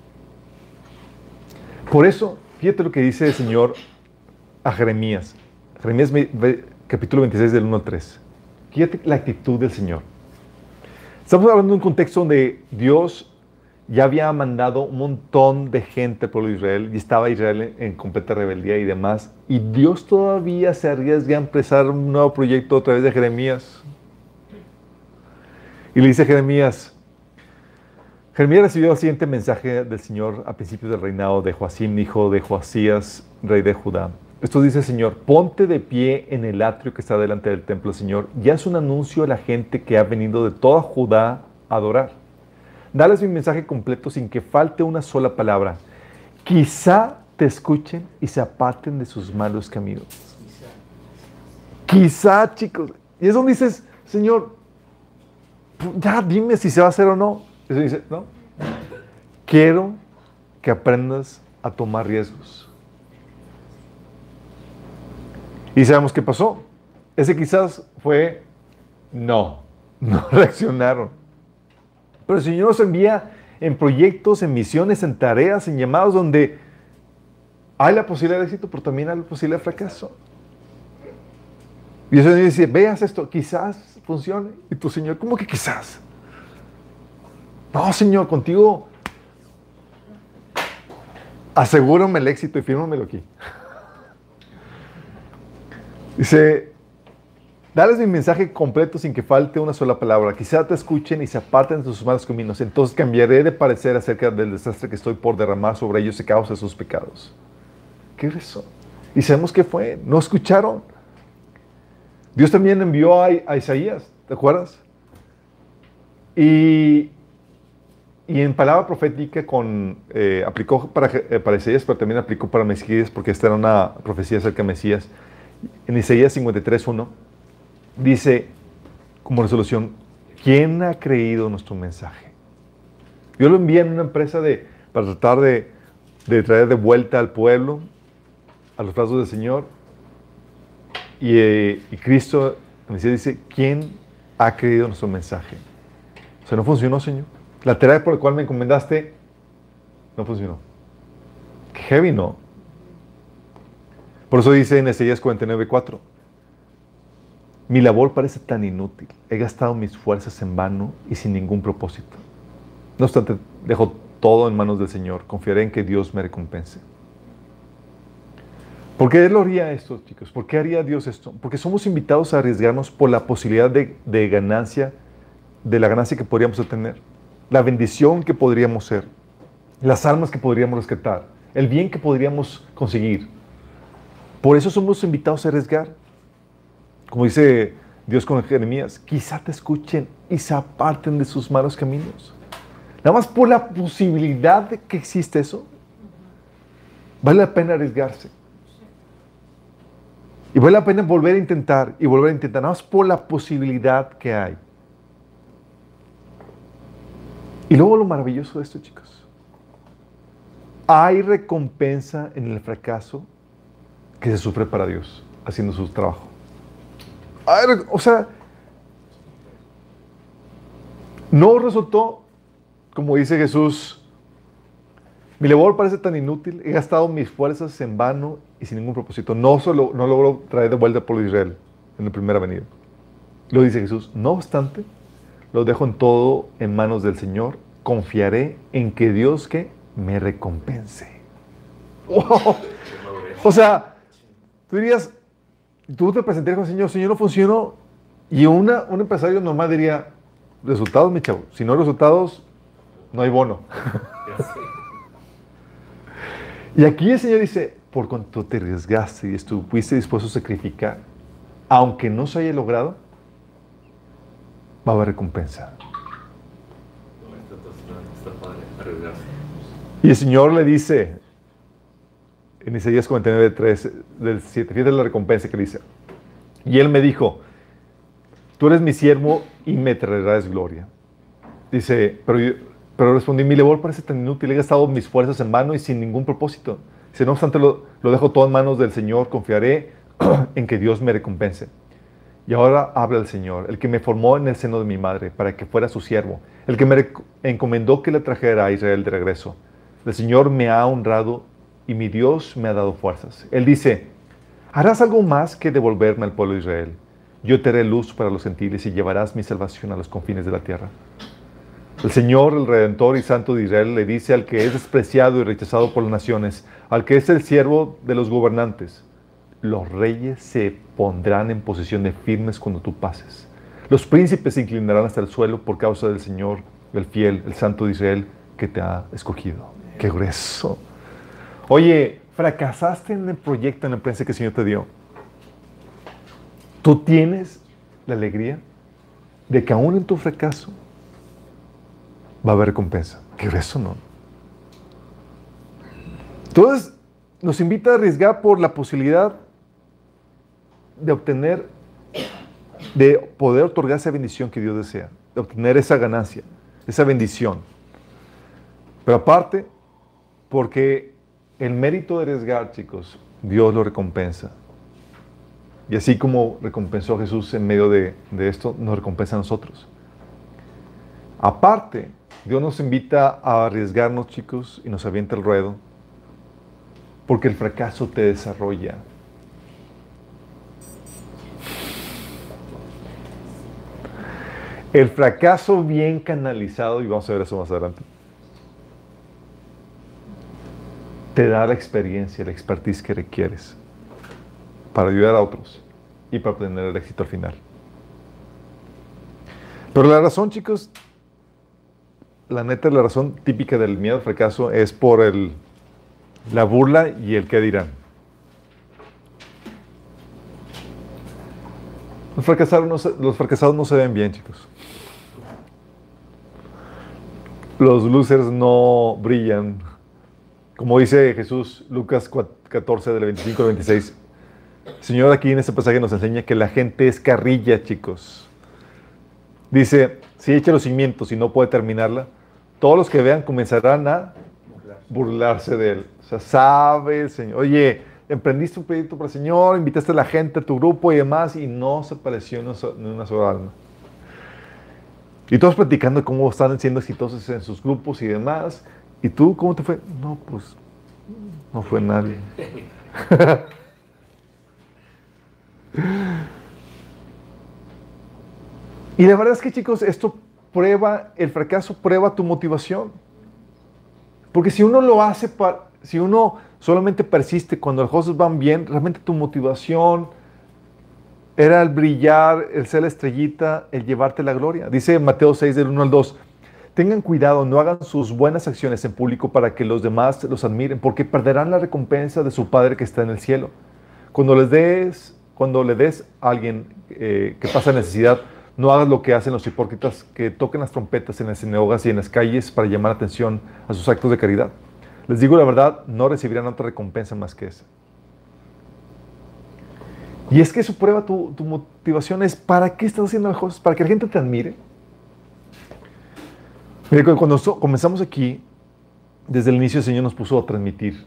Por eso, fíjate lo que dice el Señor a Jeremías. Jeremías capítulo veintiséis del uno al tres. Fíjate la actitud del Señor. Estamos hablando de un contexto donde Dios ya había mandado un montón de gente al pueblo de Israel y estaba Israel en, en completa rebeldía y demás. Y Dios todavía se arriesga a empezar un nuevo proyecto a través de Jeremías. Y le dice a Jeremías, Jeremías recibió el siguiente mensaje del Señor a principios del reinado de Joacim, hijo de Joasías, rey de Judá. Esto dice el Señor, ponte de pie en el atrio que está delante del templo del Señor y haz un anuncio a la gente que ha venido de toda Judá a adorar. Dales mi mensaje completo sin que falte una sola palabra. Quizá te escuchen y se aparten de sus malos caminos. Quizá, chicos. Y es donde dices, Señor, ya dime si se va a hacer o no. Eso dice, no. Quiero que aprendas a tomar riesgos. Y sabemos qué pasó. Ese quizás fue no. No reaccionaron. Pero el Señor nos envía en proyectos, en misiones, en tareas, en llamados donde hay la posibilidad de éxito, pero también hay la posibilidad de fracaso. Y el Señor dice, veas esto, quizás funcione. Y tu Señor, ¿cómo que quizás? No, Señor, contigo asegúrame el éxito y fírmamelo aquí. Dice, dales mi mensaje completo sin que falte una sola palabra. Quizá te escuchen y se aparten de sus malos caminos. Entonces cambiaré de parecer acerca del desastre que estoy por derramar sobre ellos a causa de sus pecados. ¿Qué es eso? Y sabemos qué fue. No escucharon. Dios también envió a, a Isaías, ¿te acuerdas? Y, y en palabra profética con, eh, aplicó para, eh, para Isaías, pero también aplicó para Mesías, porque esta era una profecía acerca de Mesías. En Isaías cincuenta y tres, uno, dice como resolución, ¿quién ha creído nuestro mensaje? Yo lo envié en una empresa de, para tratar de, de traer de vuelta al pueblo, a los brazos del Señor. Y, eh, y Cristo, el Mesías, dice, ¿quién ha creído nuestro mensaje? O sea, no funcionó, Señor. La tarea por la cual me encomendaste no funcionó. Qué heavy, ¿no? Por eso dice en Isaías cuarenta y nueve, cuatro, mi labor parece tan inútil. He gastado mis fuerzas en vano y sin ningún propósito. No obstante, dejo todo en manos del Señor. Confiaré en que Dios me recompense. ¿Por qué Él lo haría esto, chicos? ¿Por qué haría Dios esto? Porque somos invitados a arriesgarnos por la posibilidad de, de ganancia, de la ganancia que podríamos obtener, la bendición que podríamos ser, las almas que podríamos rescatar, el bien que podríamos conseguir. Por eso somos invitados a arriesgar. Como dice Dios con Jeremías, quizá te escuchen y se aparten de sus malos caminos. Nada más por la posibilidad de que existe eso, vale la pena arriesgarse. Y vale la pena volver a intentar y volver a intentar, nada más por la posibilidad que hay. Y luego lo maravilloso de esto, chicos. Hay recompensa en el fracaso que se sufre para Dios, haciendo su trabajo. Hay, o sea, no resultó, como dice Jesús, mi labor parece tan inútil, he gastado mis fuerzas en vano y sin ningún propósito. No solo no logro traer de vuelta al pueblo de Israel en la primera venida. Lo dice Jesús. No obstante, lo dejo en todo en manos del Señor. Confiaré en que Dios que me recompense. ¡Wow! O sea, tú dirías, tú te presentarías con el Señor, Señor, no funcionó. Y una, un empresario normal diría, resultados, mi chavo. Si no hay resultados, no hay bono. Y aquí el Señor dice, por cuanto te arriesgaste y estuviste dispuesto a sacrificar, aunque no se haya logrado, va a haber recompensa. Y el Señor le dice, en Isaías cuarenta y nueve, tres, del siete, fíjate la recompensa que le dice. Y Él me dijo, tú eres mi siervo y me traerás gloria. Dice, pero yo, Pero respondí, mi labor parece tan inútil, he gastado mis fuerzas en vano y sin ningún propósito. Dice, no obstante, lo, lo dejo todo en manos del Señor, confiaré en que Dios me recompense. Y ahora habla el Señor, el que me formó en el seno de mi madre, para que fuera su siervo, el que me encomendó que le trajera a Israel de regreso. El Señor me ha honrado y mi Dios me ha dado fuerzas. Él dice, harás algo más que devolverme al pueblo de Israel. Yo te haré luz para los gentiles y llevarás mi salvación a los confines de la tierra. El Señor, el Redentor y Santo de Israel, le dice al que es despreciado y rechazado por las naciones, al que es el siervo de los gobernantes, los reyes se pondrán en posición de firmes cuando tú pases. Los príncipes se inclinarán hasta el suelo por causa del Señor, el fiel, el Santo de Israel, que te ha escogido. ¡Qué grueso! Oye, fracasaste en el proyecto, en la empresa que el Señor te dio. Tú tienes la alegría de que aún en tu fracaso va a haber recompensa. ¿Qué grueso, no? Entonces, nos invita a arriesgar por la posibilidad de obtener, de poder otorgar esa bendición que Dios desea, de obtener esa ganancia, esa bendición. Pero aparte, porque el mérito de arriesgar, chicos, Dios lo recompensa. Y así como recompensó a Jesús en medio de, de esto, nos recompensa a nosotros. Aparte, Dios nos invita a arriesgarnos, chicos, y nos avienta el ruedo, porque el fracaso te desarrolla. El fracaso bien canalizado, y vamos a ver eso más adelante, te da la experiencia, la expertise que requieres para ayudar a otros y para obtener el éxito al final. Pero la razón, chicos, la neta, la razón típica del miedo al fracaso es por el, la burla y el qué dirán. Los fracasados no se, los fracasados no se ven bien, chicos. Los losers no brillan. Como dice Jesús, Lucas catorce, del veinticinco al veintiséis. El Señor aquí en este pasaje nos enseña que la gente es carrilla, chicos. Dice, si echa los cimientos y no puede terminarla, todos los que vean comenzarán a burlarse de él. O sea, sabe, Señor, oye, emprendiste un proyecto para el Señor, invitaste a la gente a tu grupo y demás, y no se pareció ni una sola alma. Y todos platicando cómo están siendo exitosos en sus grupos y demás. ¿Y tú cómo te fue? No, pues, no fue nadie. Y la verdad es que, chicos, esto prueba, el fracaso prueba tu motivación. Porque si uno lo hace, para, si uno solamente persiste cuando las cosas van bien, realmente tu motivación era el brillar, el ser la estrellita, el llevarte la gloria. Dice Mateo seis, del uno al dos, tengan cuidado, no hagan sus buenas acciones en público para que los demás los admiren, porque perderán la recompensa de su Padre que está en el cielo. Cuando les des, cuando le des a alguien eh, que pasa necesidad, no hagas lo que hacen los hipócritas que toquen las trompetas en las sinagogas y en las calles para llamar atención a sus actos de caridad. Les digo la verdad, no recibirán otra recompensa más que esa. Y es que eso prueba tu, tu motivación. Es ¿para qué estás haciendo las cosas? ¿Para que la gente te admire? Mire, cuando so, comenzamos aquí, desde el inicio el Señor nos puso a transmitir.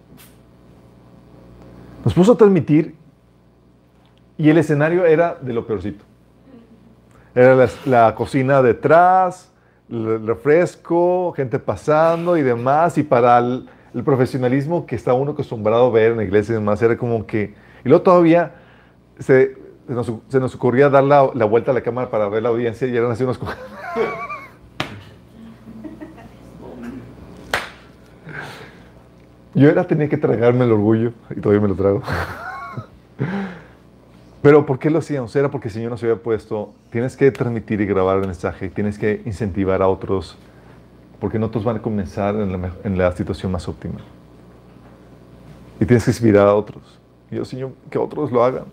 Nos puso a transmitir y el escenario era de lo peorcito. Era la, la cocina detrás, el refresco, gente pasando y demás. Y para el, el profesionalismo que está uno acostumbrado a ver en la iglesia y demás, era como que... Y luego todavía se, se, nos, se nos ocurría dar la, la vuelta a la cámara para ver la audiencia y eran así unos... Yo era, tenía que tragarme el orgullo y todavía me lo trago. Pero ¿por qué lo hacíamos? Era porque el Señor nos había puesto, tienes que transmitir y grabar el mensaje, tienes que incentivar a otros, porque no todos van a comenzar en la, en la situación más óptima. Y tienes que inspirar a otros. Y yo, Señor, que otros lo hagan.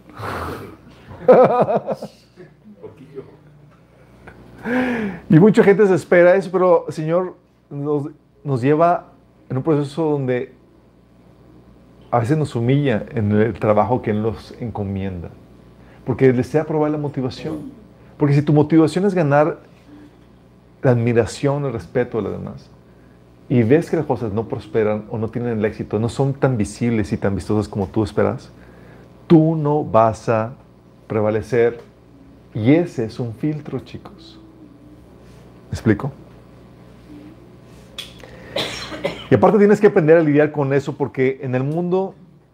Y mucha gente se espera eso, pero el Señor nos, nos lleva en un proceso donde a veces nos humilla en el trabajo que Él nos encomienda. Porque desea probar la motivación. Porque si tu motivación es ganar la admiración, el respeto de los demás, y ves que las cosas no prosperan o no tienen el éxito, no son tan visibles y tan vistosas como tú esperas, tú no vas a prevalecer. Y ese es un filtro, chicos. ¿Me explico? Y aparte tienes que aprender a lidiar con eso, porque en el mundo,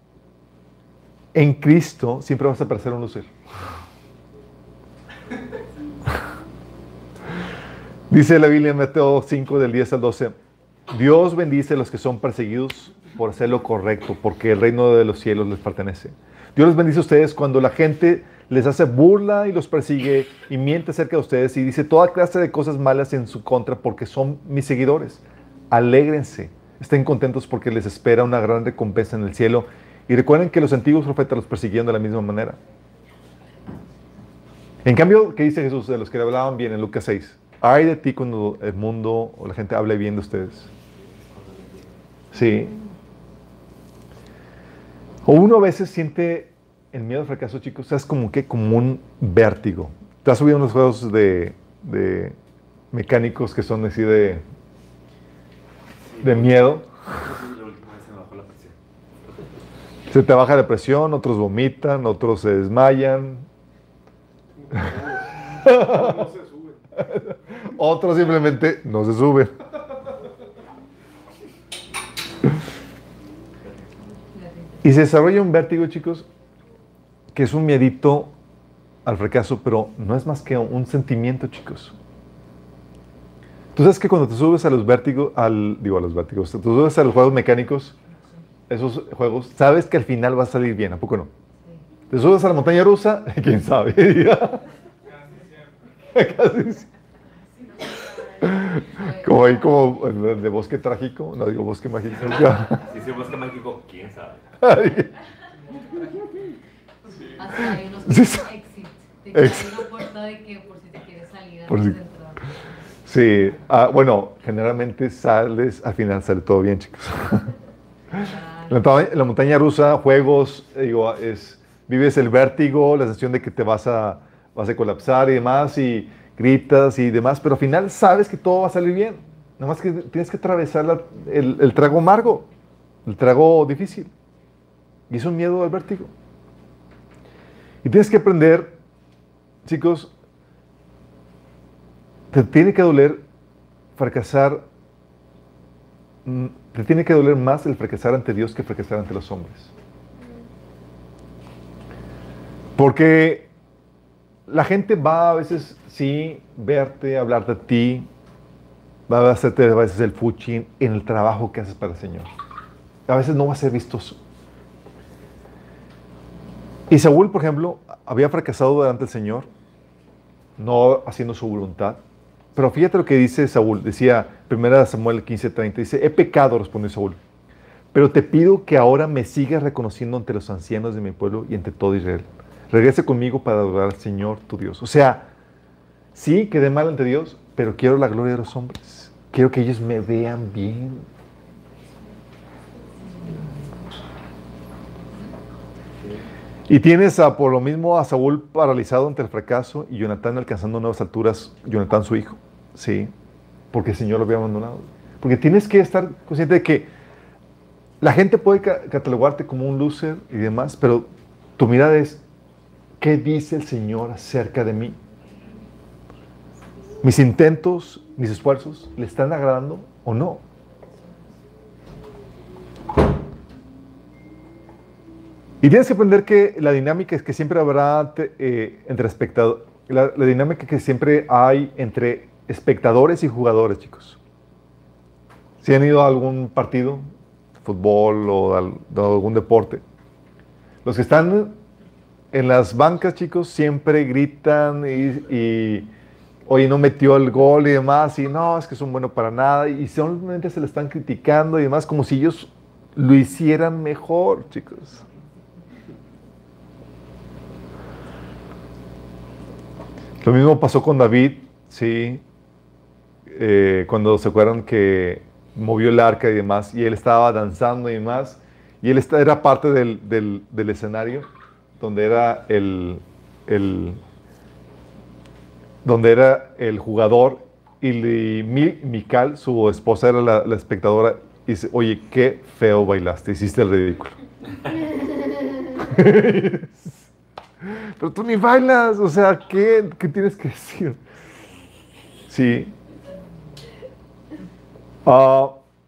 en Cristo, siempre vas a parecer un loser. Dice la Biblia en Mateo cinco, del diez al doce, Dios bendice a los que son perseguidos por hacer lo correcto, porque el reino de los cielos les pertenece. Dios les bendice a ustedes cuando la gente les hace burla y los persigue y miente acerca de ustedes y dice toda clase de cosas malas en su contra porque son mis seguidores. Alégrense, estén contentos porque les espera una gran recompensa en el cielo. Y recuerden que los antiguos profetas los persiguieron de la misma manera. En cambio, ¿qué dice Jesús de los que le hablaban bien en Lucas seis? Ay de ti cuando el mundo o la gente hable bien de ustedes. Sí. O uno a veces siente el miedo al fracaso, chicos, es como que como un vértigo. Te has subido unos juegos de, de mecánicos que son así de, de miedo. Se te baja la presión, otros vomitan, otros se desmayan. No se suben. Otros simplemente no se suben. Y se desarrolla un vértigo, chicos, que es un miedito al fracaso, pero no es más que un sentimiento, chicos. Tú sabes que cuando te subes a los vértigos, al, digo a los vértigos, te subes a los juegos mecánicos, esos juegos, sabes que al final va a salir bien, ¿a poco no? Sí. Te subes a la montaña rusa, quién sabe. Casi Casi como ahí, como de bosque trágico, no digo bosque mágico. Si dice bosque mágico, quién sabe. Hasta hay unos que sí. Exit, te dejar una puerta de que por si te quieres salir Por antes si- de entrar. Sí, ah, bueno, generalmente sales, al final sale todo bien, chicos. La, Claro. monta- la montaña rusa, juegos, digo, es, vives el vértigo, la sensación de que te vas a, vas a colapsar y demás, y gritas y demás, pero al final sabes que todo va a salir bien. Nada más que tienes que atravesar la- el, el trago amargo, el trago difícil. Y es un miedo al vértigo. Y tienes que aprender, chicos, te tiene que doler fracasar, mm, te tiene que doler más el fracasar ante Dios que fracasar ante los hombres. Porque la gente va a veces, sí, verte, hablar de ti, va a hacerte a veces el fuchi en el trabajo que haces para el Señor. A veces no va a ser vistoso. Y Saúl, por ejemplo, había fracasado delante del Señor, no haciendo su voluntad. Pero fíjate lo que dice Saúl. Decía, primera Samuel quince treinta, dice, he pecado, respondió Saúl, pero te pido que ahora me sigas reconociendo ante los ancianos de mi pueblo y ante todo Israel. Regrese conmigo para adorar al Señor, tu Dios. O sea, sí, quedé mal ante Dios, pero quiero la gloria de los hombres. Quiero que ellos me vean bien. Y tienes a, por lo mismo a Saúl paralizado ante el fracaso y Jonatán alcanzando nuevas alturas, Jonatán su hijo, sí, porque el Señor lo había abandonado. Porque tienes que estar consciente de que la gente puede ca- catalogarte como un loser y demás, pero tu mirada es, ¿qué dice el Señor acerca de mí? ¿Mis intentos, mis esfuerzos, le están agradando o no? Y tienes que aprender que la dinámica es que siempre habrá te- eh, entre espectadores, la, la dinámica que siempre hay entre espectadores y jugadores, chicos. Si han ido a algún partido, fútbol o al- de algún deporte, los que están en las bancas, chicos, siempre gritan y, y oye, no metió el gol y demás, y no, es que son buenos para nada, y solamente se le están criticando y demás, como si ellos lo hicieran mejor, chicos. Lo mismo pasó con David, sí, eh, cuando se acuerdan que movió el arca y demás, y él estaba danzando y demás, y él esta- era parte del, del- del escenario, donde era el, el- donde era el jugador, y li- Mi- Mical, su esposa, era la, la espectadora, y dice, oye, qué feo bailaste, hiciste el ridículo. Pero tú ni bailas, o sea, ¿qué, qué tienes que decir? Sí. Ah,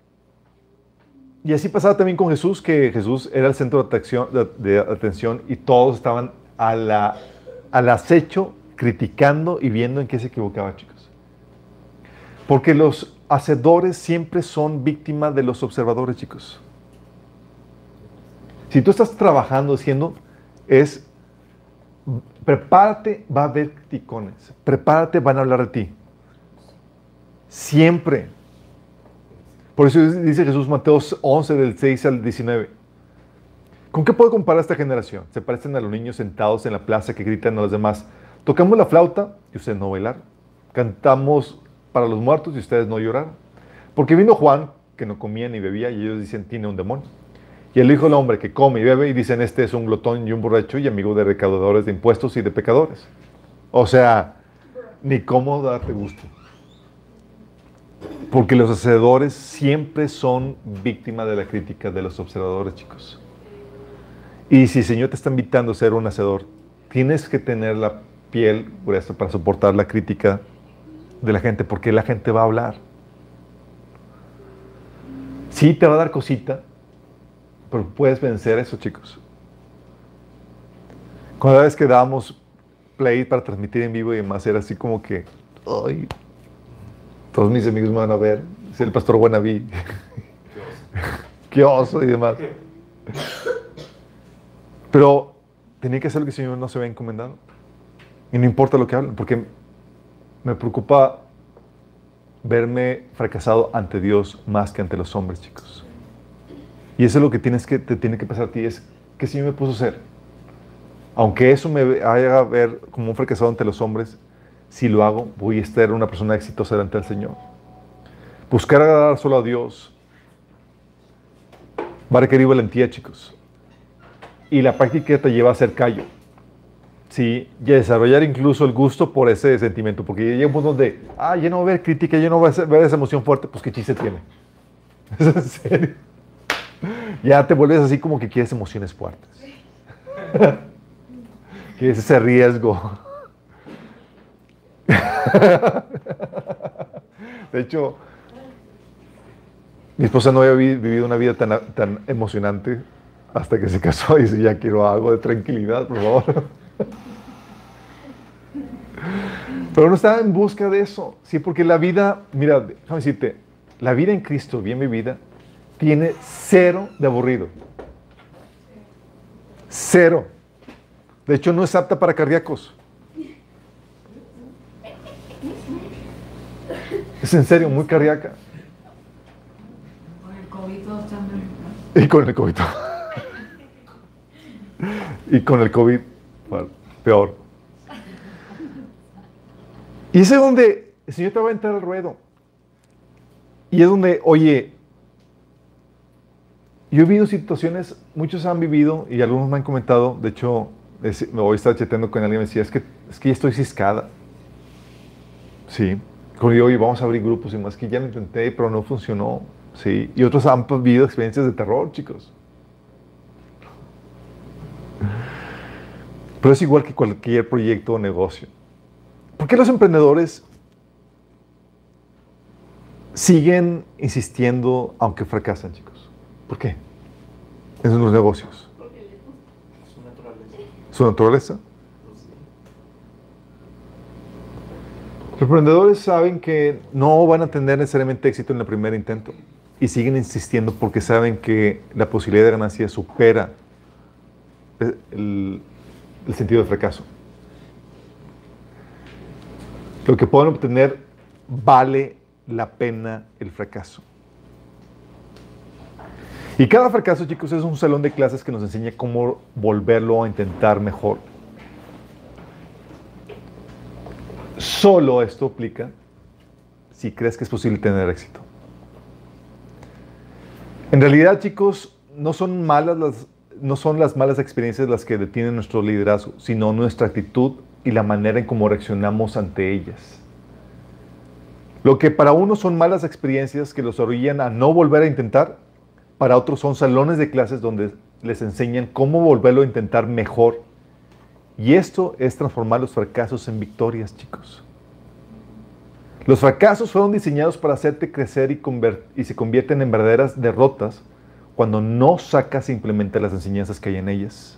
y así pasaba también con Jesús, que Jesús era el centro de atención, de, de atención y todos estaban a la, al acecho, criticando y viendo en qué se equivocaba, chicos. Porque los hacedores siempre son víctimas de los observadores, chicos. Si tú estás trabajando, haciendo, es prepárate, va a haber criticones. Prepárate, van a hablar de ti. Siempre. Por eso dice Jesús Mateo once, del seis al diecinueve. ¿Con qué puedo comparar esta generación? Se parecen a los niños sentados en la plaza que gritan a los demás. Tocamos la flauta y ustedes no bailaron. Cantamos para los muertos y ustedes no lloraron. Porque vino Juan, que no comía ni bebía, y ellos dicen, tiene un demonio. Y el Hijo del Hombre, que come y bebe, y dicen, este es un glotón y un borracho y amigo de recaudadores de impuestos y de pecadores. O sea, ni cómo darte gusto. Porque los hacedores siempre son víctimas de la crítica de los observadores, chicos. Y si el Señor te está invitando a ser un hacedor, tienes que tener la piel gruesa para soportar la crítica de la gente, porque la gente va a hablar. Sí, te va a dar cosita, pero puedes vencer eso, chicos. Cada vez que dábamos play para transmitir en vivo y demás, era así como que, ay, todos mis amigos me van a ver, es el pastor Guanabí, qué oso y demás. Pero tenía que hacer lo que el Señor no se había encomendado. Y no importa lo que hablen, porque me preocupa verme fracasado ante Dios más que ante los hombres, chicos. Y eso es lo que tienes que, te tiene que pasar a ti, es, ¿qué Señor me puso a hacer? Aunque eso me haga ver como un fracasado ante los hombres, si lo hago, voy a ser una persona exitosa delante del Señor. Buscar agradar solo a Dios va a requerir valentía, chicos. Y la práctica te lleva a ser callo. Sí, y a desarrollar incluso el gusto por ese sentimiento. Porque llega un punto donde, ah, ya no voy a ver crítica, ya no voy a ver esa emoción fuerte. Pues qué chiste tiene. ¿Es en serio? Ya te vuelves así como que quieres emociones fuertes. Quieres ese riesgo. De hecho, mi esposa no había vi- vivido una vida tan, tan emocionante hasta que se casó y dice, ya quiero algo de tranquilidad, por favor. Pero no estaba en busca de eso, sí, porque la vida, mira, déjame decirte, la vida en Cristo, bien vivida, tiene cero de aburrido. Cero. De hecho, no es apta para cardíacos. Es en serio, muy cardíaca. Con el COVID todos están bien. Y con el COVID. Y con el COVID, bueno, peor. Y ese es donde el Señor te va a entrar al ruedo. Y es donde, oye, yo he vivido situaciones, muchos han vivido, y algunos me han comentado, de hecho, es, me voy a estar chateando con alguien y me decía, es que, es que ya estoy ciscada. Sí. Como digo, oye, vamos a abrir grupos y más que ya lo intenté, pero no funcionó. Sí. Y otros han vivido experiencias de terror, chicos. Pero es igual que cualquier proyecto o negocio. ¿Por qué los emprendedores siguen insistiendo aunque fracasan, chicos? ¿Por qué? En los negocios. Su naturaleza. ¿Su naturaleza? Los emprendedores saben que no van a tener necesariamente éxito en el primer intento y siguen insistiendo porque saben que la posibilidad de ganancia supera el, el sentido de fracaso. Lo que pueden obtener vale la pena el fracaso. Y cada fracaso, chicos, es un salón de clases que nos enseña cómo volverlo a intentar mejor. Solo esto aplica si crees que es posible tener éxito. En realidad, chicos, no son malas las, no son las malas experiencias las que detienen nuestro liderazgo, sino nuestra actitud y la manera en cómo reaccionamos ante ellas. Lo que para unos son malas experiencias que los orillan a no volver a intentar, para otros son salones de clases donde les enseñan cómo volverlo a intentar mejor. Y esto es transformar los fracasos en victorias, chicos. Los fracasos fueron diseñados para hacerte crecer y, y se convierten en verdaderas derrotas cuando no sacas e implementas las enseñanzas que hay en ellas.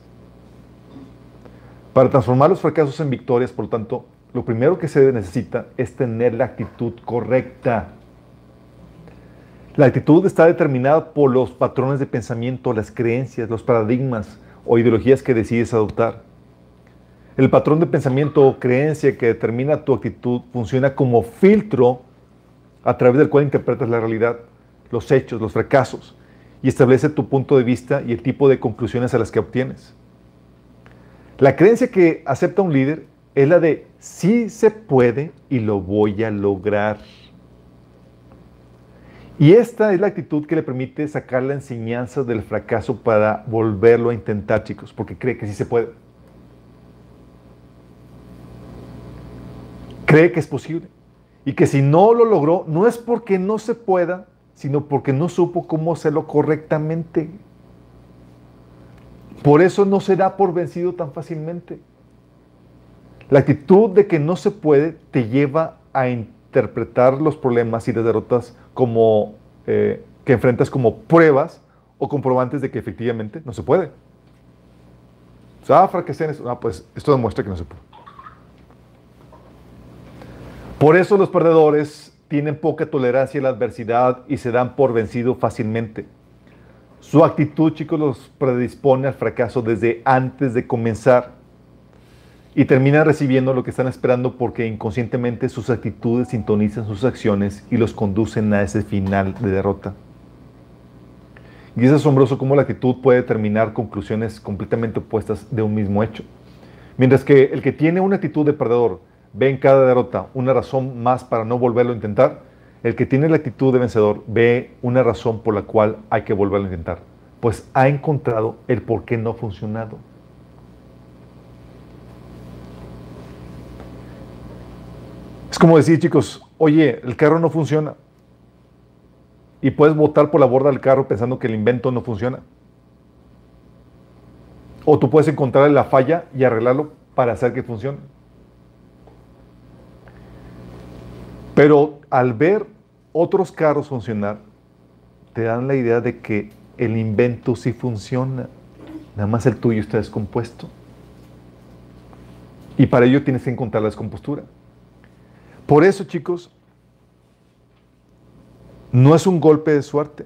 Para transformar los fracasos en victorias, por lo tanto, lo primero que se necesita es tener la actitud correcta. La actitud está determinada por los patrones de pensamiento, las creencias, los paradigmas o ideologías que decides adoptar. El patrón de pensamiento o creencia que determina tu actitud funciona como filtro a través del cual interpretas la realidad, los hechos, los fracasos, y establece tu punto de vista y el tipo de conclusiones a las que obtienes. La creencia que acepta un líder es la de sí se puede y lo voy a lograr. Y esta es la actitud que le permite sacar la enseñanza del fracaso para volverlo a intentar, chicos, porque cree que sí se puede. Cree que es posible. Y que si no lo logró, no es porque no se pueda, sino porque no supo cómo hacerlo correctamente. Por eso no se da por vencido tan fácilmente. La actitud de que no se puede te lleva a interpretar los problemas y las derrotas como, eh, que enfrentas como pruebas o comprobantes de que efectivamente no se puede. O sea, ah, fracasé en esto. Ah, pues esto demuestra que no se puede. Por eso los perdedores tienen poca tolerancia a la adversidad y se dan por vencido fácilmente. Su actitud, chicos, los predispone al fracaso desde antes de comenzar y terminan recibiendo lo que están esperando porque inconscientemente sus actitudes sintonizan sus acciones y los conducen a ese final de derrota. Y es asombroso cómo la actitud puede determinar conclusiones completamente opuestas de un mismo hecho. Mientras que el que tiene una actitud de perdedor ve en cada derrota una razón más para no volverlo a intentar, el que tiene la actitud de vencedor ve una razón por la cual hay que volverlo a intentar, pues ha encontrado el por qué no ha funcionado. Es como decir, chicos, oye, el carro no funciona. Y puedes botar por la borda del carro pensando que el invento no funciona. O tú puedes encontrar la falla y arreglarlo para hacer que funcione. Pero al ver otros carros funcionar, te dan la idea de que el invento sí funciona. Nada más el tuyo está descompuesto. Y para ello tienes que encontrar la descompostura. Por eso, chicos, no es un golpe de suerte.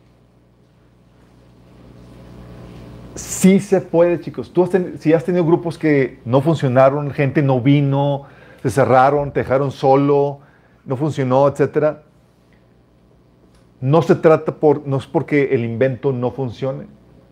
Sí se puede, chicos. Tú has ten, si has tenido grupos que no funcionaron, gente no vino, se cerraron, te dejaron solo, no funcionó, etcétera. No se trata por, no es porque el invento no funcione.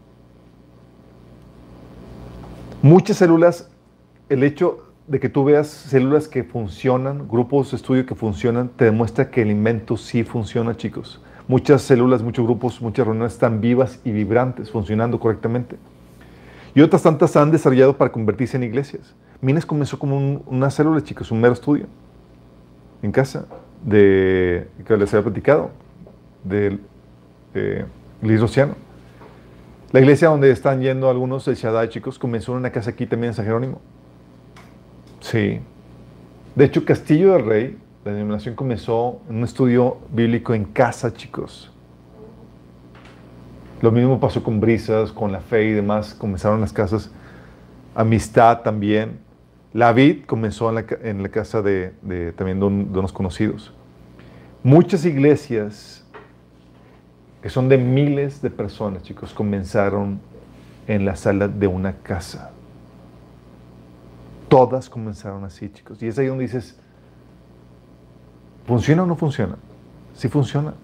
Muchas células, el hecho de que tú veas células que funcionan, grupos de estudio que funcionan, te demuestra que el invento sí funciona, chicos. Muchas células, muchos grupos, muchas reuniones están vivas y vibrantes, funcionando correctamente. Y otras tantas se han desarrollado para convertirse en iglesias. Mines comenzó como un, una célula, chicos, un mero estudio, en casa, de, que les había platicado, de eh, Luis Rociano. La iglesia donde están yendo algunos de Shaddai, chicos, comenzó en una casa aquí también en San Jerónimo. Sí. De hecho, Castillo del Rey, la denominación comenzó en un estudio bíblico en casa, chicos. Lo mismo pasó con Brisas, con la fe y demás. Comenzaron las casas. Amistad también. La Vid comenzó en la, en la casa de, de también de, un, de unos conocidos. Muchas iglesias que son de miles de personas, chicos, comenzaron en la sala de una casa. Todas comenzaron así, chicos. Y es ahí donde dices, ¿funciona o no funciona? Sí funciona.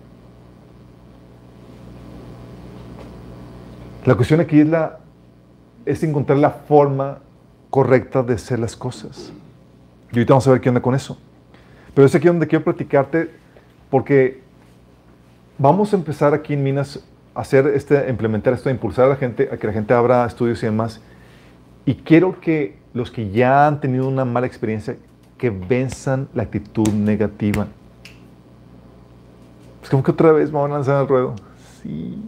La cuestión aquí es, la, es encontrar la forma correcta de hacer las cosas. Y ahorita vamos a ver qué onda con eso. Pero es aquí donde quiero platicarte, porque vamos a empezar aquí en Minas a hacer este, a implementar esto, a impulsar a la gente, a que la gente abra estudios y demás. Y quiero que los que ya han tenido una mala experiencia, que venzan la actitud negativa. Es como que otra vez me van a lanzar al ruedo. Sí.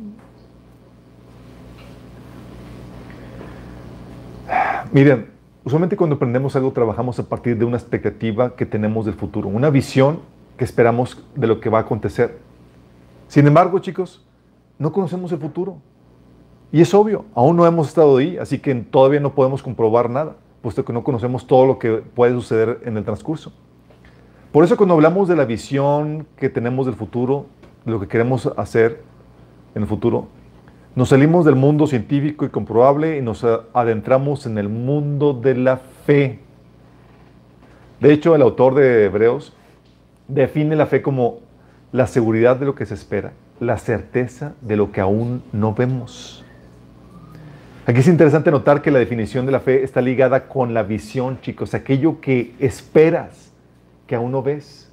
Miren, usualmente cuando aprendemos algo trabajamos a partir de una expectativa que tenemos del futuro, una visión que esperamos de lo que va a acontecer. Sin embargo, chicos, no conocemos el futuro. Y es obvio, aún no hemos estado ahí, así que todavía no podemos comprobar nada, puesto que no conocemos todo lo que puede suceder en el transcurso. Por eso cuando hablamos de la visión que tenemos del futuro, de lo que queremos hacer en el futuro, nos salimos del mundo científico y comprobable y nos adentramos en el mundo de la fe. De hecho, el autor de Hebreos define la fe como la seguridad de lo que se espera, la certeza de lo que aún no vemos. Aquí es interesante notar que la definición de la fe está ligada con la visión, chicos, aquello que esperas, que aún no ves.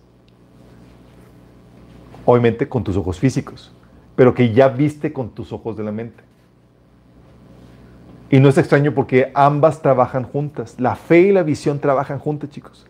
Obviamente con tus ojos físicos, pero que ya viste con tus ojos de la mente. Y no es extraño porque ambas trabajan juntas. La fe y la visión trabajan juntas, chicos.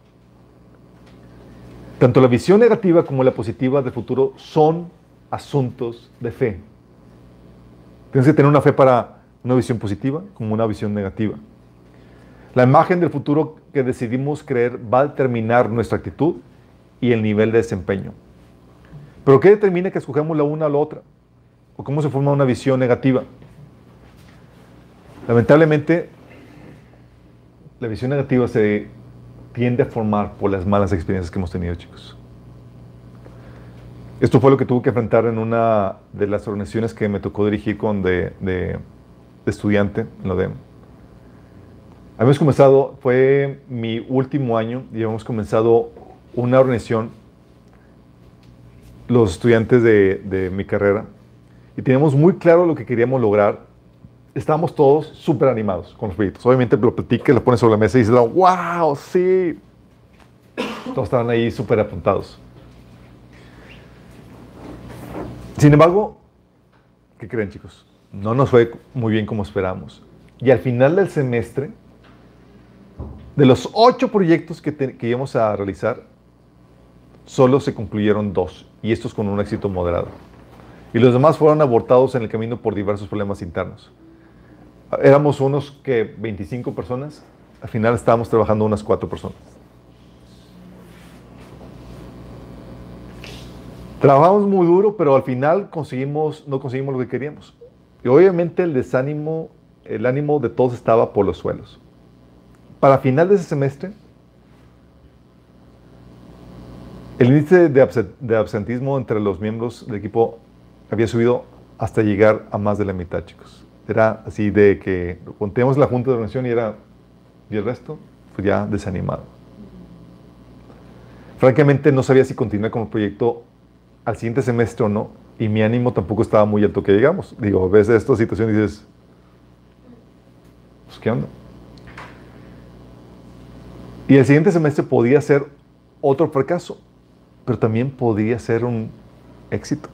Tanto la visión negativa como la positiva del futuro son asuntos de fe. Tienes que tener una fe para una visión positiva como una visión negativa. La imagen del futuro que decidimos creer va a determinar nuestra actitud y el nivel de desempeño. ¿Pero qué determina que escogemos la una o la otra? ¿O cómo se forma una visión negativa? Lamentablemente, la visión negativa se tiende a formar por las malas experiencias que hemos tenido, chicos. Esto fue lo que tuve que enfrentar en una de las organizaciones que me tocó dirigir con de, de, de estudiante en la U D E M. Habíamos comenzado, fue mi último año, y habíamos comenzado una organización, los estudiantes de, de mi carrera, y teníamos muy claro lo que queríamos lograr, estábamos todos súper animados con los proyectos. Obviamente lo platicas, lo pones sobre la mesa y dices, wow, sí. Todos estaban ahí súper apuntados. Sin embargo, ¿qué creen, chicos? No nos fue muy bien como esperamos. Y al final del semestre, de los ocho proyectos que, te, que íbamos a realizar, solo se concluyeron dos, y estos con un éxito moderado. Y los demás fueron abortados en el camino por diversos problemas internos. Éramos unos que veinticinco personas, al final estábamos trabajando unas cuatro personas. Trabajamos muy duro, pero al final conseguimos, no conseguimos lo que queríamos. Y obviamente el desánimo, el ánimo de todos estaba por los suelos. Para final de ese semestre, el índice de, absent de absentismo entre los miembros del equipo había subido hasta llegar a más de la mitad, chicos. Era así de que contemos la junta de organización y era, y el resto, pues ya desanimado. Francamente no sabía si continuar con el proyecto al siguiente semestre o no, y mi ánimo tampoco estaba muy alto que digamos. Digo, ves esta situación y dices, pues, ¿qué onda? Y el siguiente semestre podía ser otro fracaso, pero también podría ser un éxito.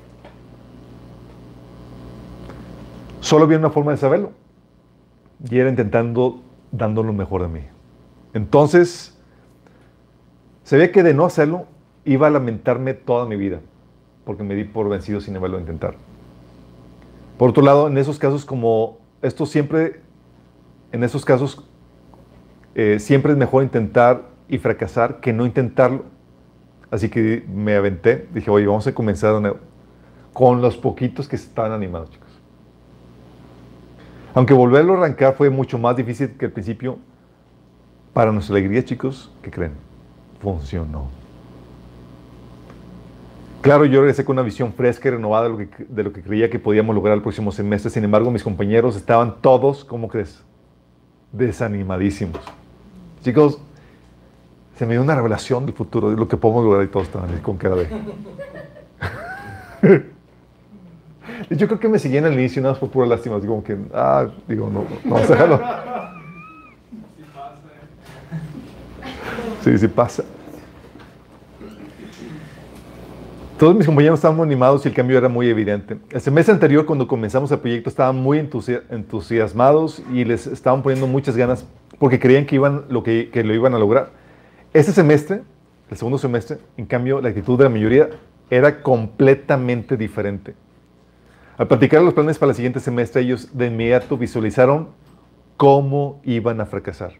Solo había una forma de saberlo, y era intentando, dando lo mejor de mí. Entonces, sabía que de no hacerlo, iba a lamentarme toda mi vida, porque me di por vencido sin haberlo intentar. Por otro lado, en esos casos como esto siempre, en esos casos, eh, siempre es mejor intentar y fracasar que no intentarlo. Así que me aventé, dije, oye, vamos a comenzar de nuevo, con los poquitos que estaban animados, chicos. Aunque volverlo a arrancar fue mucho más difícil que al principio, para nuestra alegría, chicos, ¿qué creen? Funcionó. Claro, yo regresé con una visión fresca y renovada de lo, que, de lo que creía que podíamos lograr el próximo semestre. Sin embargo, mis compañeros estaban todos, ¿cómo crees? Desanimadísimos. Chicos, se me dio una revelación del futuro, de lo que podemos lograr, y todos estaban ahí con cara de... Yo creo que me seguían al inicio, nada más por pura lástima. Digo, como que, ah, digo, no, no, vamos a dejarlo. Sí, sí pasa. Todos mis compañeros estaban muy animados y el cambio era muy evidente. El semestre anterior, cuando comenzamos el proyecto, estaban muy entusi entusiasmados y les estaban poniendo muchas ganas porque creían que, iban, lo que, que lo iban a lograr. Este semestre, el segundo semestre, en cambio, la actitud de la mayoría era completamente diferente. Al platicar los planes para el siguiente semestre, ellos de inmediato visualizaron cómo iban a fracasar.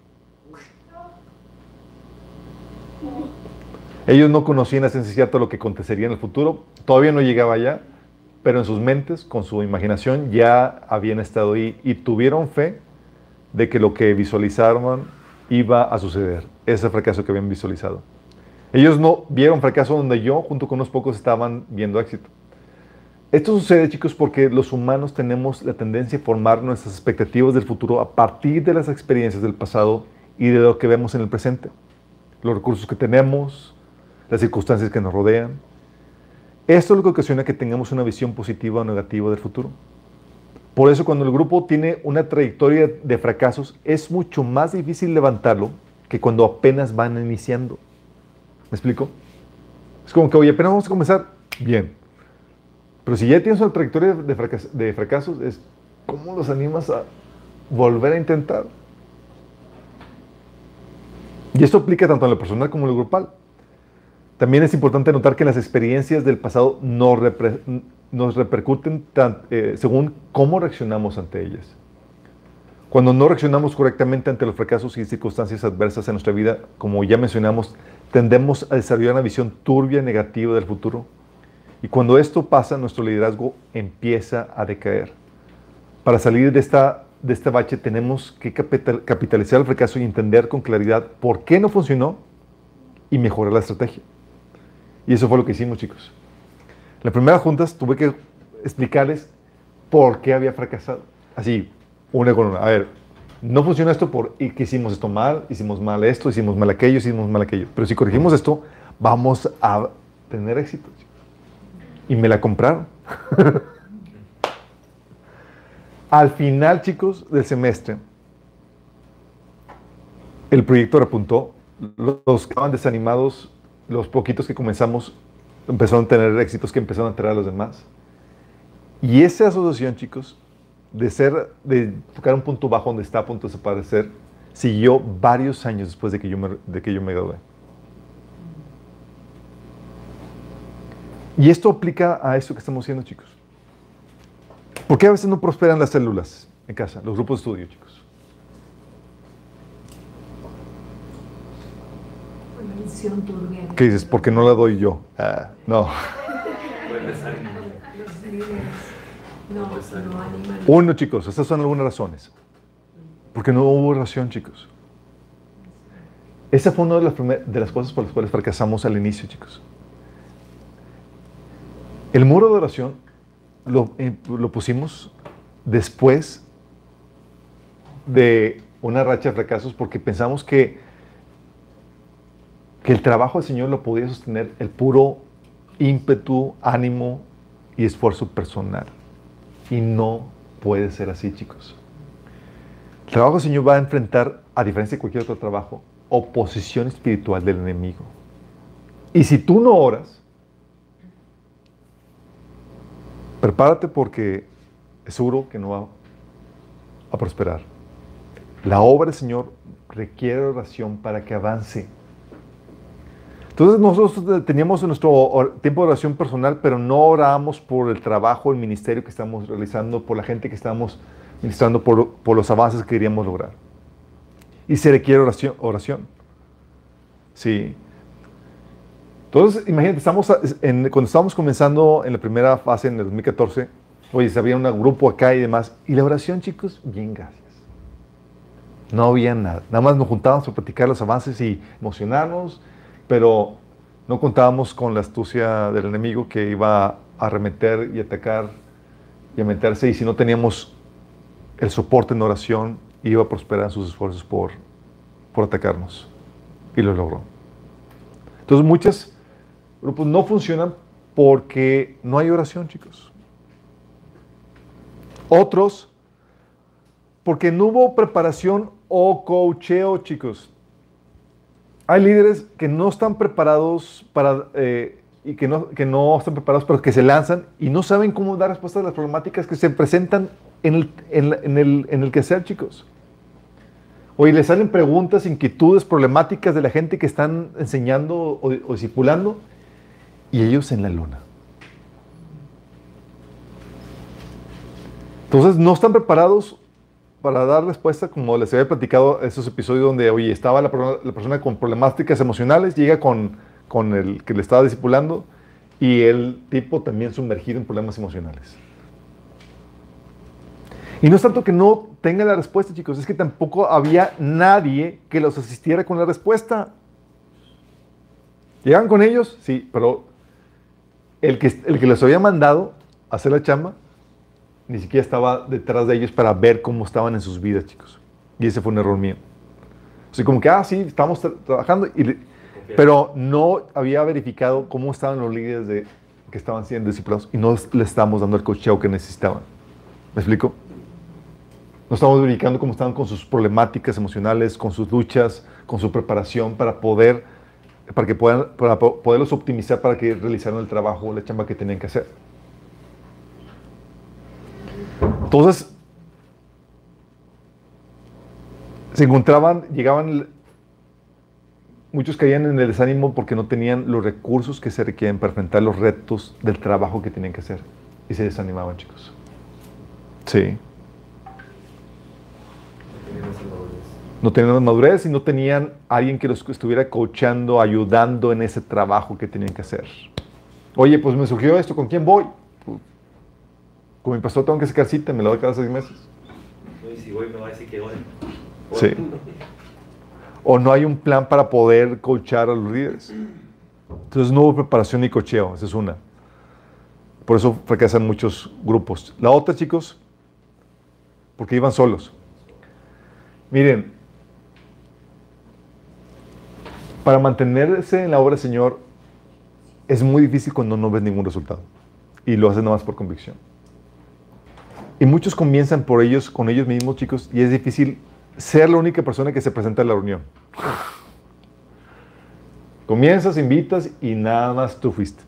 Ellos no conocían a ciencia cierta lo que acontecería en el futuro, todavía no llegaba allá, pero en sus mentes, con su imaginación, ya habían estado ahí y tuvieron fe de que lo que visualizaban iba a suceder, ese fracaso que habían visualizado. Ellos no vieron fracaso donde yo, junto con unos pocos, estaban viendo éxito. Esto sucede, chicos, porque los humanos tenemos la tendencia a formar nuestras expectativas del futuro a partir de las experiencias del pasado y de lo que vemos en el presente. Los recursos que tenemos, las circunstancias que nos rodean. Esto es lo que ocasiona que tengamos una visión positiva o negativa del futuro. Por eso, cuando el grupo tiene una trayectoria de fracasos, es mucho más difícil levantarlo que cuando apenas van iniciando. ¿Me explico? Es como que, oye, apenas vamos a comenzar. Bien. Pero si ya tienes una trayectoria de, fracas de fracasos, es ¿cómo los animas a volver a intentar? Y esto aplica tanto en lo personal como en lo grupal. También es importante notar que las experiencias del pasado nos, repre nos repercuten tan, eh, según cómo reaccionamos ante ellas. Cuando no reaccionamos correctamente ante los fracasos y circunstancias adversas en nuestra vida, como ya mencionamos, tendemos a desarrollar una visión turbia y negativa del futuro. Y cuando esto pasa, nuestro liderazgo empieza a decaer. Para salir de esta, de este bache tenemos que capital, capitalizar el fracaso y entender con claridad por qué no funcionó y mejorar la estrategia. Y eso fue lo que hicimos, chicos. En las primeras juntas tuve que explicarles por qué había fracasado. Así, una con una. A ver, no funcionó esto porque hicimos esto mal, hicimos mal esto, hicimos mal aquello, hicimos mal aquello. Pero si corregimos esto, vamos a tener éxito, chicos. Y me la compraron. Al final, chicos, del semestre, el proyecto repuntó. Los que estaban desanimados, los poquitos que comenzamos, empezaron a tener éxitos que empezaron a traer a los demás. Y esa asociación, chicos, de ser, de tocar un punto bajo donde está a punto de desaparecer, siguió varios años después de que yo me, de que yo me gradué. Y esto aplica a eso que estamos haciendo, chicos. ¿Por qué a veces no prosperan las células en casa, los grupos de estudio, chicos? Una visión turbia. ¿Qué dices? ¿Por qué no la doy yo? Ah, no. Los líderes no, no animan. Uno, chicos, estas son algunas razones. Porque no hubo oración, chicos. Esa fue una de las, primer, de las cosas por las cuales fracasamos al inicio, chicos. El muro de oración lo, eh, lo pusimos después de una racha de fracasos porque pensamos que, que el trabajo del Señor lo podía sostener el puro ímpetu, ánimo y esfuerzo personal. Y no puede ser así, chicos. El trabajo del Señor va a enfrentar, a diferencia de cualquier otro trabajo, oposición espiritual del enemigo. Y si tú no oras, prepárate porque es seguro que no va a prosperar. La obra del Señor requiere oración para que avance. Entonces nosotros teníamos nuestro tiempo de oración personal, pero no orábamos por el trabajo, el ministerio que estamos realizando, por la gente que estamos ministrando, por, por los avances que queríamos lograr. Y se requiere oración. oración. Sí. Entonces, imagínate, estamos en, cuando estábamos comenzando en la primera fase, en el dos mil catorce, oye, había un grupo acá y demás, y la oración, chicos, bien, gracias. No había nada. Nada más nos juntábamos a platicar los avances y emocionarnos, pero no contábamos con la astucia del enemigo que iba a arremeter y atacar y a meterse, y si no teníamos el soporte en oración, iba a prosperar en sus esfuerzos por, por atacarnos. Y lo logró. Entonces, muchos grupos no funcionan porque no hay oración, chicos. Otros, porque no hubo preparación o coacheo, chicos. Hay líderes que no están preparados para, eh, y que no, que no están preparados, pero que se lanzan y no saben cómo dar respuesta a las problemáticas que se presentan en el, en, en el, en el quehacer, chicos. Oye, les salen preguntas, inquietudes, problemáticas de la gente que están enseñando o, o discipulando, y ellos en la luna. Entonces, no están preparados para dar respuesta, como les había platicado esos episodios donde, oye, estaba la, la persona con problemáticas emocionales, llega con, con el que le estaba discipulando, y el tipo también sumergido en problemas emocionales. Y no es tanto que no tengan la respuesta, chicos, es que tampoco había nadie que los asistiera con la respuesta. ¿Llegaban con ellos? Sí, pero el que, el que les había mandado a hacer la chamba ni siquiera estaba detrás de ellos para ver cómo estaban en sus vidas, chicos. Y ese fue un error mío. Así como que, ah, sí, estamos tra trabajando, y, pero no había verificado cómo estaban los líderes de, que estaban siendo discipulados y no les estábamos dando el coacheo que necesitaban. ¿Me explico? No estamos verificando cómo estaban con sus problemáticas emocionales, con sus luchas, con su preparación para poder, para que puedan, para poderlos optimizar para que realizaran el trabajo o la chamba que tenían que hacer. Entonces, se encontraban, llegaban, muchos caían en el desánimo porque no tenían los recursos que se requieren para enfrentar los retos del trabajo que tenían que hacer. Y se desanimaban, chicos. Sí. No tenían madurez y no tenían alguien que los estuviera coachando, ayudando en ese trabajo que tenían que hacer. Oye, pues me surgió esto, ¿con quién voy? Pues, con mi pastor tengo que sacar cita, me lo doy cada seis meses. Y si voy, me va a decir que voy. Sí. O no hay un plan para poder coachar a los líderes. Entonces no hubo preparación ni coacheo, esa es una. Por eso fracasan muchos grupos. La otra, chicos, porque iban solos. Miren, para mantenerse en la obra del Señor es muy difícil cuando no ves ningún resultado y lo haces nada más por convicción. Y muchos comienzan por ellos, con ellos mismos, chicos, y es difícil ser la única persona que se presenta a la reunión. Comienzas, invitas y nada más tú fuiste.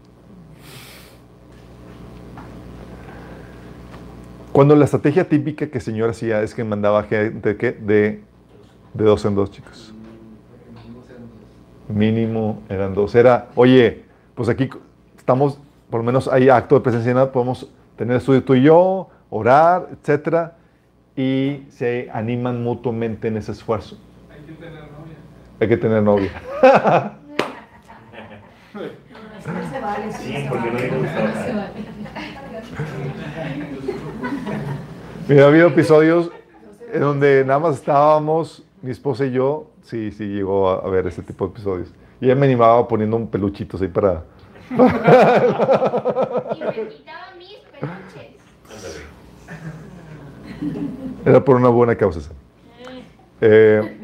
Cuando la estrategia típica que el Señor hacía es que mandaba gente ¿qué? De, de dos en dos, chicos. Mínimo eran dos. Era, oye, pues aquí estamos, por lo menos hay acto de presencia de nada, podemos tener estudio tú y yo, orar, etcétera, y se animan mutuamente en ese esfuerzo. Hay que tener novia. Hay que tener novia. No se vale, Sí, no se porque no vale, le gusta. no se vale. Mira, ha habido episodios en donde nada más estábamos, mi esposa y yo, sí, sí, llegó a, a ver ese tipo de episodios. Y ella me animaba poniendo un peluchito así para... Y me quitaban mis peluches. Ándale. Era por una buena causa. esa. Eh,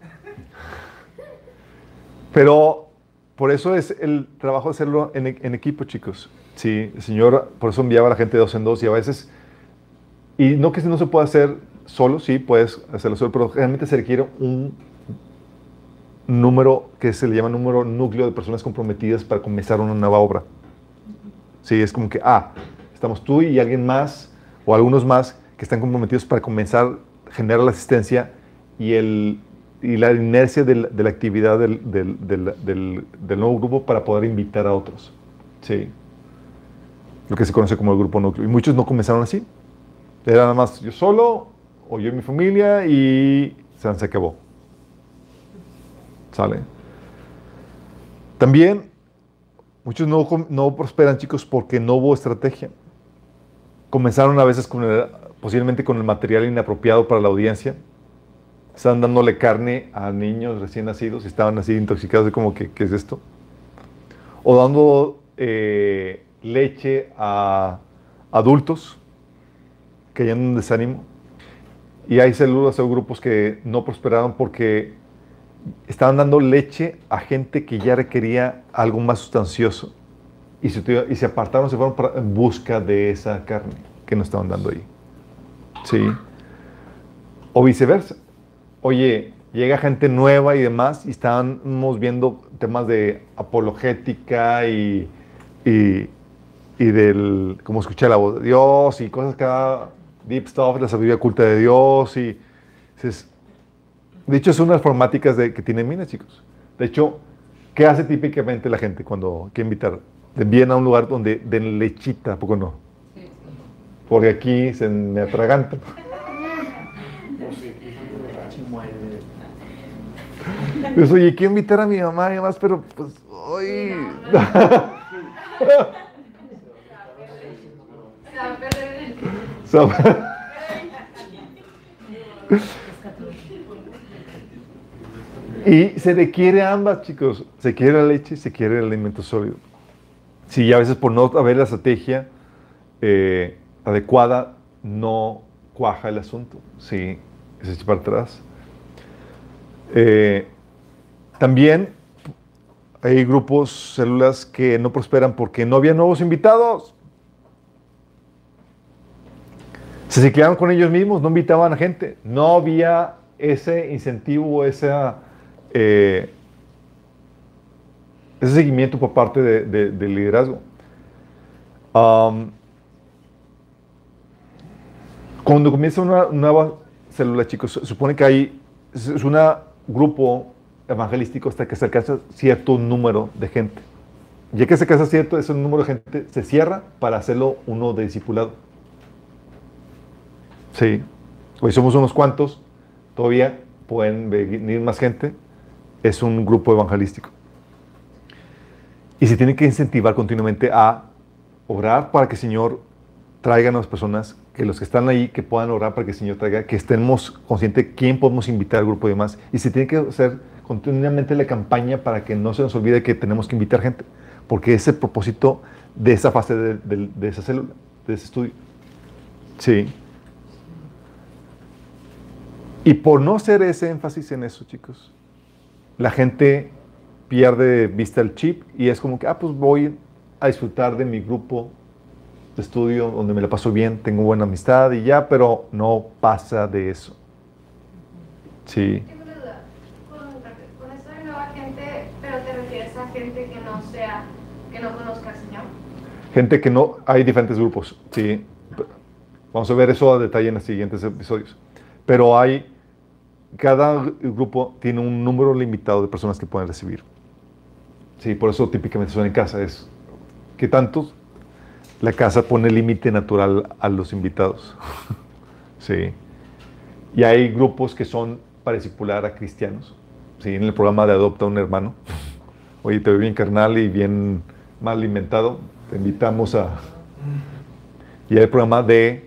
pero por eso es el trabajo de hacerlo en, en equipo, chicos. Sí, el Señor por eso enviaba a la gente de dos en dos y a veces... Y no que no se pueda hacer solo, sí, puedes hacerlo solo, pero realmente se requiere un número que se le llama número núcleo de personas comprometidas para comenzar una nueva obra. Sí, es como que, ah, estamos tú y alguien más, o algunos más, que están comprometidos para comenzar a generar la asistencia y, el, y la inercia de la, de la actividad del, del, del, del, del nuevo grupo para poder invitar a otros. Sí. Lo que se conoce como el grupo núcleo. Y muchos no comenzaron así. Era nada más yo solo, o yo y mi familia, y se, se acabó. ¿Sale? También, muchos no, no prosperan, chicos, porque no hubo estrategia. Comenzaron a veces con el, posiblemente con el material inapropiado para la audiencia. Estaban dándole carne a niños recién nacidos y estaban así intoxicados de como que, ¿qué es esto? O dando eh, leche a adultos que hayan un desánimo. Y hay células o grupos que no prosperaron porque estaban dando leche a gente que ya requería algo más sustancioso. Y se, y se apartaron, se fueron para, en busca de esa carne que nos estaban dando ahí. ¿Sí? O viceversa. Oye, llega gente nueva y demás, y estábamos viendo temas de apologética y, y, y del, como escuchar la voz de Dios y cosas que... Deep Stuff, la sabiduría oculta de Dios. Y, es, de hecho, es una de las formáticas de, que tiene Minas, chicos. De hecho, ¿qué hace típicamente la gente cuando quiere invitar? Te envían a un lugar donde den lechita, ¿a poco no? Porque aquí se me atragantan. Pues, oye, quiero invitar a mi mamá y demás, pero pues, hoy... Y se requiere ambas, chicos. Se quiere la leche y se quiere el alimento sólido. Si a veces por no haber la estrategia eh, adecuada, no cuaja el asunto. Sí, se echa para atrás. Eh, también hay grupos, células que no prosperan porque no había nuevos invitados. Se ciclaban con ellos mismos, no invitaban a gente. No había ese incentivo, esa, eh, ese seguimiento por parte de, de, del liderazgo. Um, cuando comienza una nueva célula, chicos, se supone que hay es un grupo evangelístico hasta que se alcanza cierto número de gente. Ya que se alcanza cierto ese número de gente, se cierra para hacerlo uno de discipulado. Sí, hoy somos unos cuantos, todavía pueden venir más gente, es un grupo evangelístico. Y se tiene que incentivar continuamente a orar para que el Señor traiga a las personas, que los que están ahí, que puedan orar para que el Señor traiga, que estemos conscientes de quién podemos invitar al grupo y demás. Y se tiene que hacer continuamente la campaña para que no se nos olvide que tenemos que invitar gente, porque es el propósito de esa fase de, de, de esa célula, de ese estudio. Sí. Y por no hacer ese énfasis en eso, chicos, la gente pierde de vista el chip y es como que, ah, pues voy a disfrutar de mi grupo de estudio donde me la paso bien, tengo buena amistad y ya, pero no pasa de eso. Sí. Tengo una duda. Con, con esto de nueva gente, pero te refieres a gente que no sea, que no conozca al Señor. Gente que no, hay diferentes grupos, sí. Vamos a ver eso a detalle en los siguientes episodios. Pero hay, cada grupo tiene un número limitado de personas que pueden recibir. Sí, por eso típicamente son en casa. Es que tantos, la casa pone límite natural a los invitados. Sí. Y hay grupos que son para discipular a cristianos. Sí, en el programa de Adopta un Hermano. Oye, te veo bien carnal y bien mal alimentado. Te invitamos a... Y hay el programa de...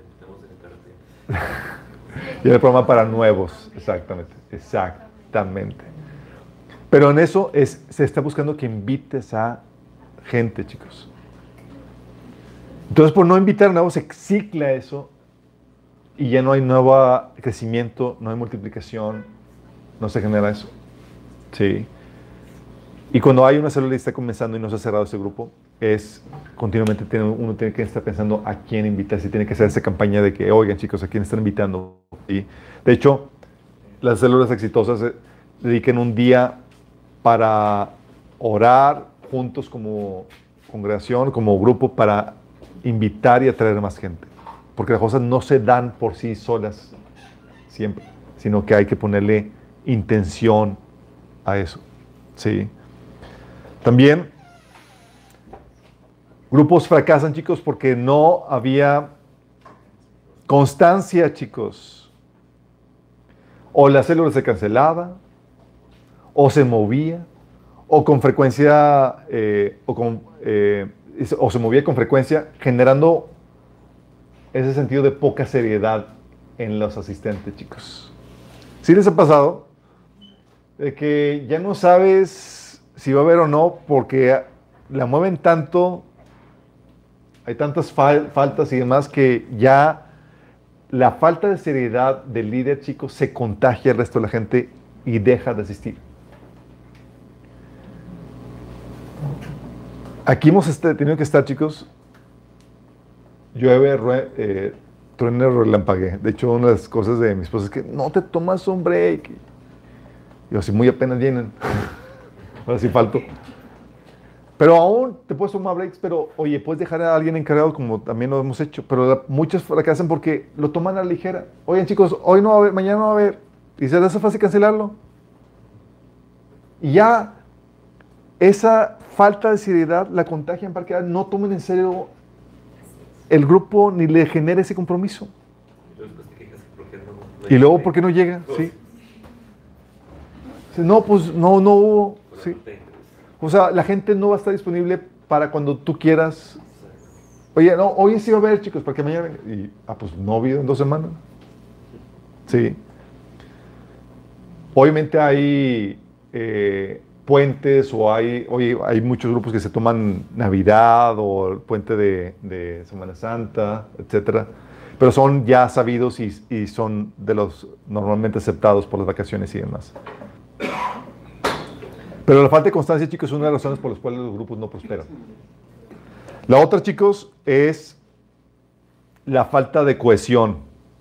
y hay el programa para nuevos. Exactamente. Exactamente. Pero en eso es, se está buscando que invites a gente, chicos. Entonces, por no invitar a nuevos, se cicla eso y ya no hay nuevo crecimiento, no hay multiplicación, no se genera eso. Sí. Y cuando hay una célula y está comenzando y no se ha cerrado ese grupo, es continuamente tiene, uno tiene que estar pensando a quién invitar, si tiene que hacer esa campaña de que, oigan chicos, ¿a quién están invitando? Y, de hecho, las células exitosas eh, dediquen un día para orar juntos como congregación, como grupo, para invitar y atraer más gente. Porque las cosas no se dan por sí solas siempre, sino que hay que ponerle intención a eso. ¿Sí? También, grupos fracasan, chicos, porque no había constancia, chicos. O la célula se cancelaba, o se movía, o con frecuencia, eh, o, con, eh, o se movía con frecuencia, generando ese sentido de poca seriedad en los asistentes, chicos. ¿Sí les ha pasado? De que ya no sabes si va a haber o no, porque la mueven tanto, hay tantas fal faltas y demás, que ya la falta de seriedad del líder, chicos, se contagia al resto de la gente y deja de asistir. Aquí hemos tenido que estar, chicos, llueve, eh, truene, relampaguee. De hecho, una de las cosas de mi esposa es que no te tomas un break. Yo así muy apenas vienen. Ahora sí falto. Pero aún te puedes tomar breaks, pero oye, puedes dejar a alguien encargado como también lo hemos hecho. Pero la, muchos fracasan porque lo toman a la ligera. Oigan chicos, hoy no va a haber, mañana no va a haber. Y se les hace fácil cancelarlo. Y ya esa falta de seriedad la contagian para que no tomen en serio el grupo ni le genere ese compromiso. Y luego, ¿por qué no llega? Sí. No, pues no, no hubo. Sí. O sea, la gente no va a estar disponible para cuando tú quieras. Oye, no, hoy sí va a haber, chicos, para que mañana venga. Y, ah, pues no ha habido en dos semanas. Sí. Obviamente hay eh, puentes o hay, oye, hay muchos grupos que se toman Navidad o el puente de, de Semana Santa, etcétera. Pero son ya sabidos y, y son de los normalmente aceptados por las vacaciones y demás. Pero la falta de constancia, chicos, es una de las razones por las cuales los grupos no prosperan. La otra, chicos, es la falta de cohesión.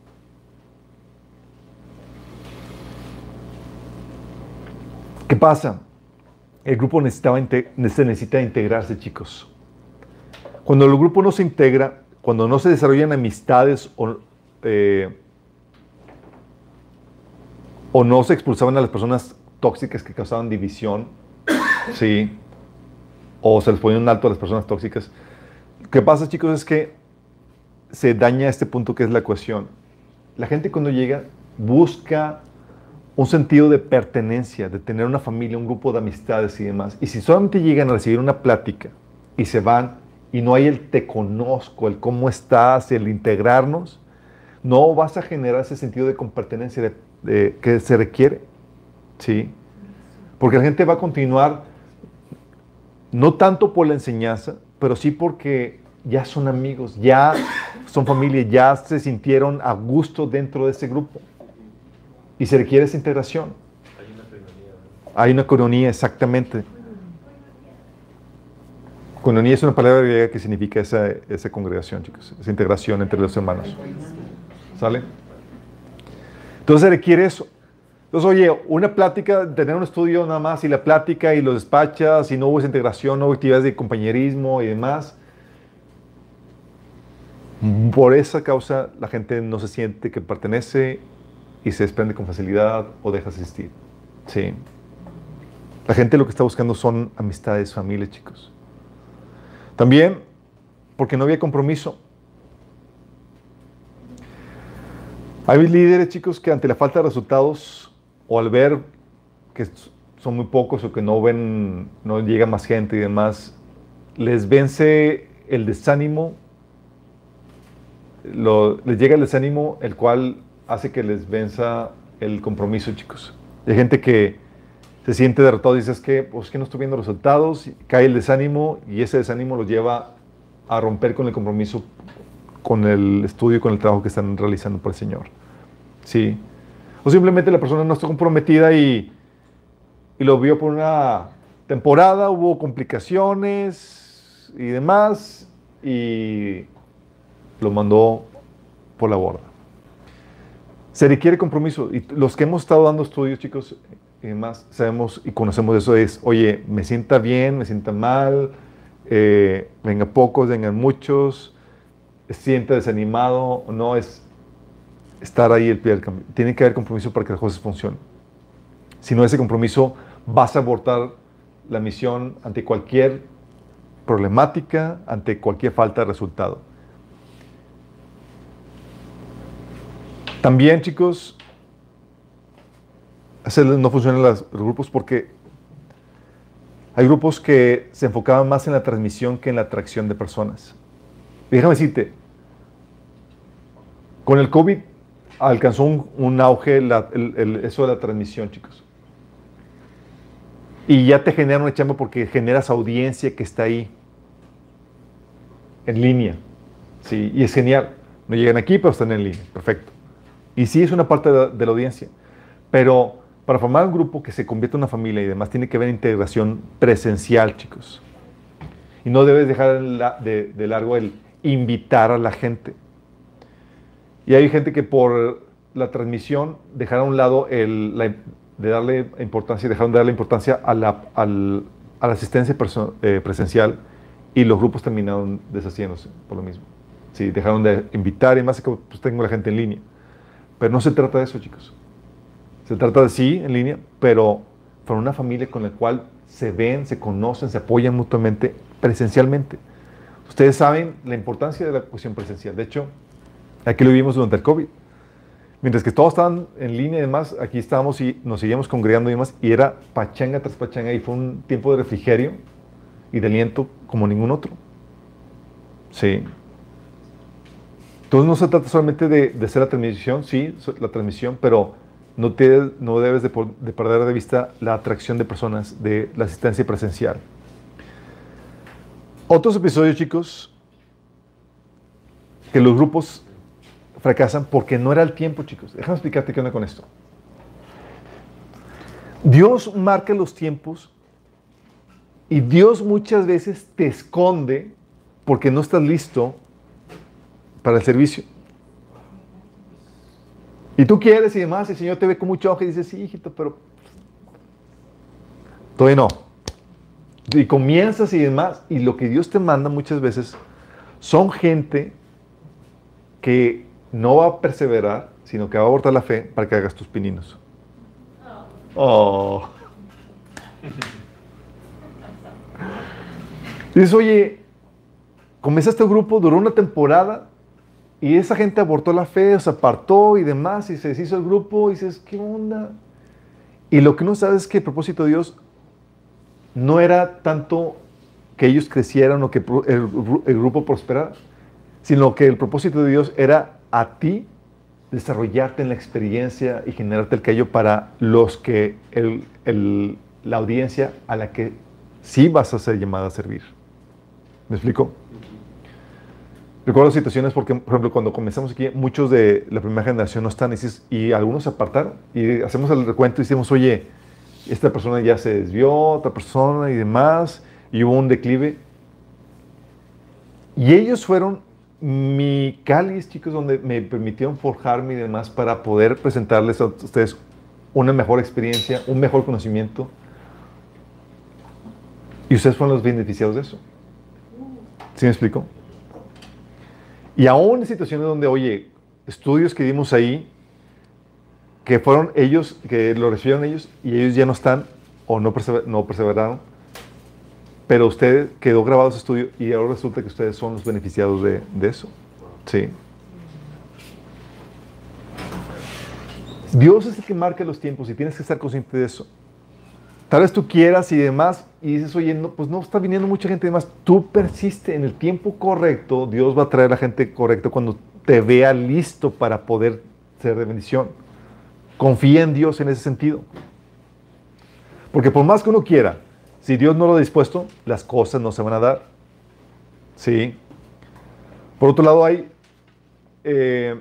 ¿Qué pasa? El grupo necesitaba se necesita integrarse, chicos. Cuando el grupo no se integra, cuando no se desarrollan amistades o, eh, o no se expulsaban a las personas tóxicas que causaban división, ¿sí? O se les ponía un alto a las personas tóxicas. Lo que pasa, chicos, es que se daña este punto que es la cohesión. La gente cuando llega busca un sentido de pertenencia, de tener una familia, un grupo de amistades y demás. Y si solamente llegan a recibir una plática y se van y no hay el te conozco, el cómo estás, el integrarnos, no vas a generar ese sentido de compertenencia de, de, que se requiere. ¿Sí? Porque la gente va a continuar no tanto por la enseñanza, pero sí porque ya son amigos, ya son familia, ya se sintieron a gusto dentro de ese grupo. Y se requiere esa integración. Hay una coronía. Hay una coronía, exactamente. Coinonía es una palabra griega que significa esa, esa congregación, chicos, esa integración entre los hermanos. ¿Sale? Entonces se requiere eso. Entonces, oye, una plática, tener un estudio nada más y la plática y los despachas y no hubo esa integración, no hubo actividades de compañerismo y demás. Por esa causa la gente no se siente que pertenece y se desprende con facilidad o deja de asistir. Sí. La gente lo que está buscando son amistades, familias, chicos. También porque no había compromiso. Hay líderes, chicos, que ante la falta de resultados o al ver que son muy pocos o que no ven, no llega más gente y demás, les vence el desánimo, lo, les llega el desánimo, el cual hace que les venza el compromiso, chicos. Hay gente que se siente derrotado y dice, es que, pues, que no estoy viendo resultados, cae el desánimo y ese desánimo los lleva a romper con el compromiso, con el estudio y con el trabajo que están realizando por el Señor. ¿Sí? O simplemente la persona no está comprometida y, y lo vio por una temporada, hubo complicaciones y demás, y lo mandó por la borda. Se requiere compromiso. Y los que hemos estado dando estudios, chicos, y demás, sabemos y conocemos eso, es, oye, me sienta bien, me sienta mal, eh, venga pocos, vengan muchos, sienta desanimado, no es estar ahí el pie del cambio. Tiene que haber compromiso para que las cosas funcionen. Si no hay ese compromiso, vas a abortar la misión ante cualquier problemática, ante cualquier falta de resultado. También, chicos, no funcionan los grupos porque hay grupos que se enfocaban más en la transmisión que en la atracción de personas. Y déjame decirte, con el COVID alcanzó un, un auge la, el, el, eso de la transmisión, chicos. Y ya te genera una chamba porque generas audiencia que está ahí, en línea. Sí, y es genial. No llegan aquí, pero están en línea. Perfecto. Y sí es una parte de la, de la audiencia. Pero para formar un grupo que se convierta en una familia y demás, tiene que haber integración presencial, chicos. Y no debes dejar de, de largo el invitar a la gente. Y hay gente que por la transmisión dejaron a un lado el, la, de darle importancia, dejaron de darle importancia a la, al, a la asistencia perso, eh, presencial, y los grupos terminaron deshaciéndose por lo mismo. Sí, dejaron de invitar y más que pues, tengo la gente en línea. Pero no se trata de eso, chicos. Se trata de sí, en línea, pero para una familia con la cual se ven, se conocen, se apoyan mutuamente presencialmente. Ustedes saben la importancia de la cuestión presencial. De hecho, aquí lo vivimos durante el COVID. Mientras que todos estaban en línea y demás, aquí estábamos y nos seguíamos congregando y demás, y era pachanga tras pachanga, y fue un tiempo de refrigerio y de aliento como ningún otro. Sí. Entonces no se trata solamente de, de hacer la transmisión, sí, la transmisión, pero no, te, no debes de, de perder de vista la atracción de personas, de la asistencia presencial. Otros episodios, chicos, que los grupos fracasan porque no era el tiempo, chicos. Déjame explicarte qué onda con esto. Dios marca los tiempos y Dios muchas veces te esconde porque no estás listo para el servicio. Y tú quieres y demás, y el Señor te ve con mucho ojo y dice, sí, hijito, pero todavía no. Y comienzas y demás, y lo que Dios te manda muchas veces son gente que no va a perseverar, sino que va a abortar la fe para que hagas tus pininos. Oh. Dices, oye, comenzaste el grupo, duró una temporada, y esa gente abortó la fe, se apartó y demás, y se deshizo el grupo, y dices, ¿qué onda? Y lo que no sabes es que el propósito de Dios no era tanto que ellos crecieran o que el, el grupo prosperara, sino que el propósito de Dios era a ti desarrollarte en la experiencia y generarte el callo para los que, el, el, la audiencia a la que sí vas a ser llamada a servir. ¿Me explico? Recuerdo situaciones porque, por ejemplo, cuando comenzamos aquí, muchos de la primera generación no están y, y algunos se apartaron y hacemos el recuento y decimos, oye, esta persona ya se desvió, otra persona y demás, y hubo un declive. Y ellos fueron mi cáliz, chicos, donde me permitieron forjarme y demás para poder presentarles a ustedes una mejor experiencia, un mejor conocimiento. Y ustedes fueron los beneficiados de eso. ¿Sí me explico? Y aún en situaciones donde, oye, estudios que dimos ahí, que fueron ellos, que lo recibieron ellos, y ellos ya no están, o no, persever, no perseveraron, pero usted quedó grabado ese estudio, y ahora resulta que ustedes son los beneficiados de, de eso. ¿Sí? Dios es el que marca los tiempos, y tienes que estar consciente de eso. Tal vez tú quieras y demás, y dices, oye, no, pues no está viniendo mucha gente y demás. Tú persiste en el tiempo correcto. Dios va a traer a la gente correcta cuando te vea listo para poder ser de bendición. Confía en Dios en ese sentido. Porque por más que uno quiera, si Dios no lo ha dispuesto, las cosas no se van a dar. ¿Sí? Por otro lado, hay, eh,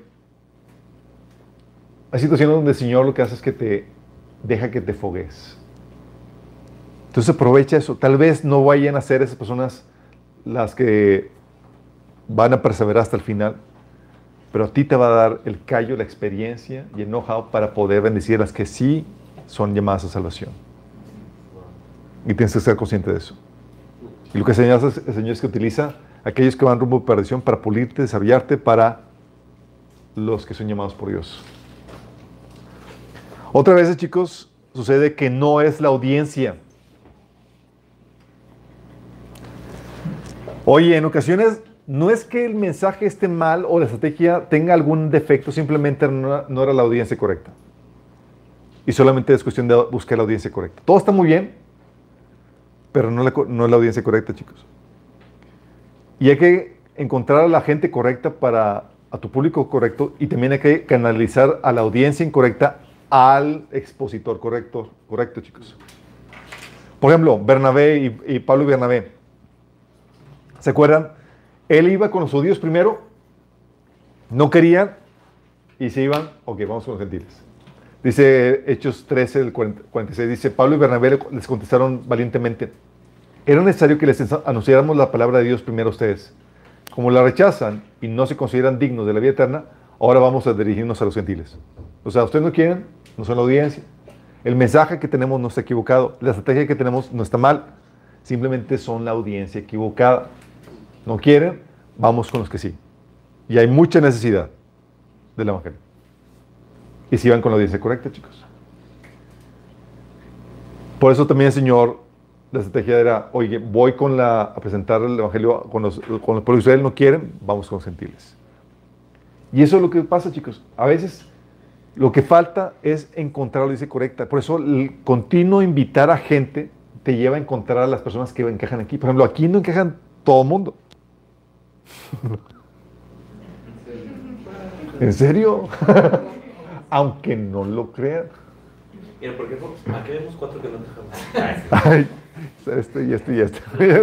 hay situaciones donde el Señor lo que hace es que te deja que te fogues. Entonces aprovecha eso. Tal vez no vayan a ser esas personas las que van a perseverar hasta el final, pero a ti te va a dar el callo, la experiencia y el know-how para poder bendecir a las que sí son llamadas a salvación. Y tienes que ser consciente de eso. Y lo que el Señor hace, el Señor es que utiliza a aquellos que van rumbo a perdición para pulirte, desarrollarte para los que son llamados por Dios. Otra vez, chicos, sucede que no es la audiencia. Oye, en ocasiones no es que el mensaje esté mal o la estrategia tenga algún defecto, simplemente no, no era la audiencia correcta. Y solamente es cuestión de buscar la audiencia correcta. Todo está muy bien, pero no, la, no es la audiencia correcta, chicos. Y hay que encontrar a la gente correcta para a tu público correcto, y también hay que canalizar a la audiencia incorrecta al expositor correcto, correcto, chicos. Por ejemplo, Bernabé y, y Pablo y Bernabé. ¿Se acuerdan? Él iba con los judíos primero, no querían, y se iban, ok, vamos con los gentiles. Dice Hechos trece, el cuarenta y seis, dice, Pablo y Bernabé les contestaron valientemente, era necesario que les anunciáramos la palabra de Dios primero a ustedes. Como la rechazan y no se consideran dignos de la vida eterna, ahora vamos a dirigirnos a los gentiles. O sea, ustedes no quieren, no son la audiencia. El mensaje que tenemos no está equivocado, la estrategia que tenemos no está mal, simplemente son la audiencia equivocada. No quieren, vamos con los que sí. Y hay mucha necesidad del evangelio. Y si van con la audiencia correcta, chicos. Por eso también el Señor, la estrategia era, oye, voy con la, a presentar el evangelio con los, con los pueblos de Israel, no quieren, vamos con los gentiles. Y eso es lo que pasa, chicos. A veces lo que falta es encontrar la audiencia correcta. Por eso el continuo invitar a gente te lleva a encontrar a las personas que encajan aquí. Por ejemplo, aquí no encajan todo el mundo. ¿En serio? Aunque no lo crean. Mira, ¿por qué no? Aquí vemos cuatro que no dejamos. Ay, este y este y este.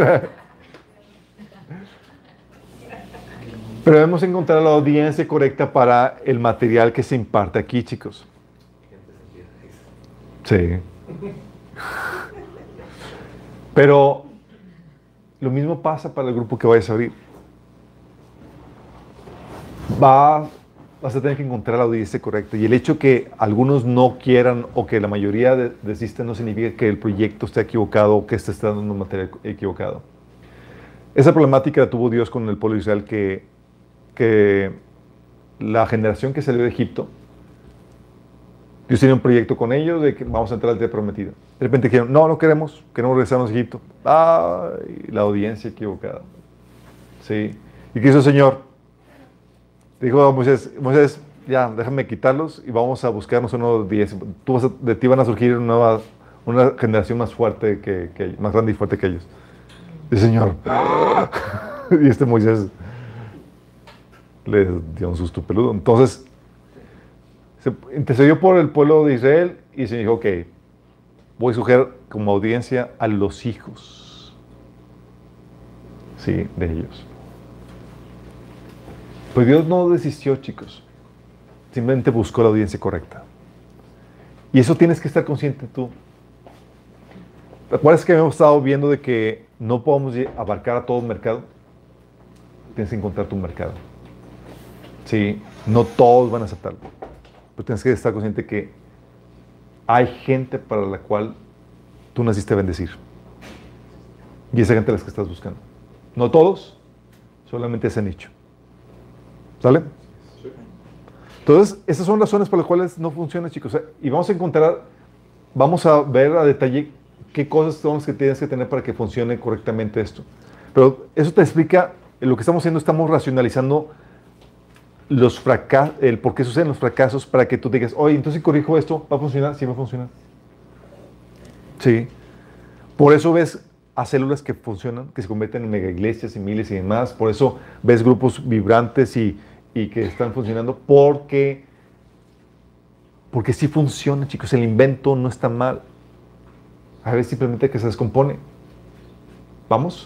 Pero debemos encontrar la audiencia correcta para el material que se imparte aquí, chicos. Sí. Pero lo mismo pasa para el grupo que vayas a abrir. Va, vas a tener que encontrar la audiencia correcta. Y el hecho que algunos no quieran o que la mayoría de, desisten no significa que el proyecto esté equivocado o que esté dando un material equivocado. Esa problemática la tuvo Dios con el pueblo de Israel, que, que la generación que salió de Egipto, Dios tenía un proyecto con ellos de que vamos a entrar al día prometido. De repente dijeron, no, no queremos, queremos regresarnos a Egipto. ¡Ay! La audiencia equivocada. ¿Sí? ¿Y qué hizo el Señor? Dijo a Moisés, Moisés, ya, déjame quitarlos y vamos a buscarnos unos diez. Tú vas a, de ti van a surgir una, nueva, una generación más fuerte que, que ellos, más grande y fuerte que ellos. Y el Señor, y este Moisés le dio un susto peludo. Entonces, se intercedió por el pueblo de Israel y se dijo, ok, voy a escoger como audiencia a los hijos, sí, de ellos. Pues Dios no desistió, chicos. Simplemente buscó la audiencia correcta. Y eso tienes que estar consciente tú. ¿Te acuerdas que hemos estado viendo de que no podemos abarcar a todo el mercado? tienes que encontrar tu mercado. Sí, no todos van a aceptarlo, pero tienes que estar consciente que hay gente para la cual tú naciste a bendecir. Y esa gente es la que estás buscando. No todos, solamente ese nicho. ¿Sale? Entonces, esas son razones por las cuales no funciona, chicos. Y vamos a encontrar, vamos a ver a detalle qué cosas son las que tienes que tener para que funcione correctamente esto. Pero eso te explica, lo que estamos haciendo, estamos racionalizando los fracasos, el por qué suceden los fracasos, para que tú digas, oye, entonces si corrijo esto, ¿va a funcionar? Sí, va a funcionar. Sí. Por eso ves a células que funcionan, que se convierten en mega iglesias y miles y demás. Por eso ves grupos vibrantes y, y que están funcionando, porque, porque sí funciona, chicos. El invento no está mal. A veces simplemente que se descompone. ¿Vamos?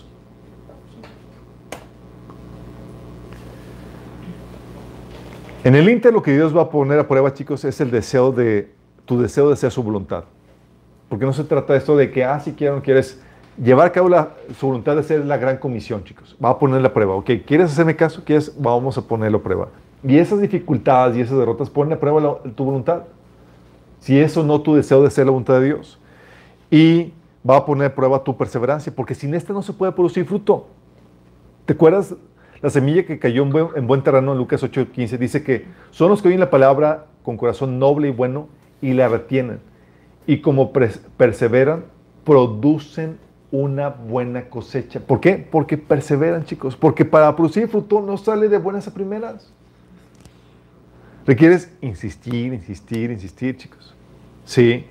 En el Inter lo que Dios va a poner a prueba, chicos, es el deseo de, tu deseo de hacer su voluntad. Porque no se trata de esto de que, ah, si quieres o no quieres, llevar a cabo la, su voluntad de hacer la gran comisión, chicos. Va a ponerle a prueba. Ok, ¿quieres hacerme caso? ¿Quieres? Vamos a ponerlo a prueba. Y esas dificultades y esas derrotas ponen a prueba la, tu voluntad. Si eso no tu deseo de hacer la voluntad de Dios. Y va a poner a prueba tu perseverancia, porque sin esta no se puede producir fruto. ¿Te acuerdas? La semilla que cayó en buen, en buen terreno en Lucas ocho quince dice que son los que oyen la palabra con corazón noble y bueno y la retienen. Y como perseveran, producen una buena cosecha. ¿Por qué? Porque perseveran, chicos. Porque para producir fruto no sale de buenas a primeras. Requieres insistir, insistir, insistir, chicos. Sí.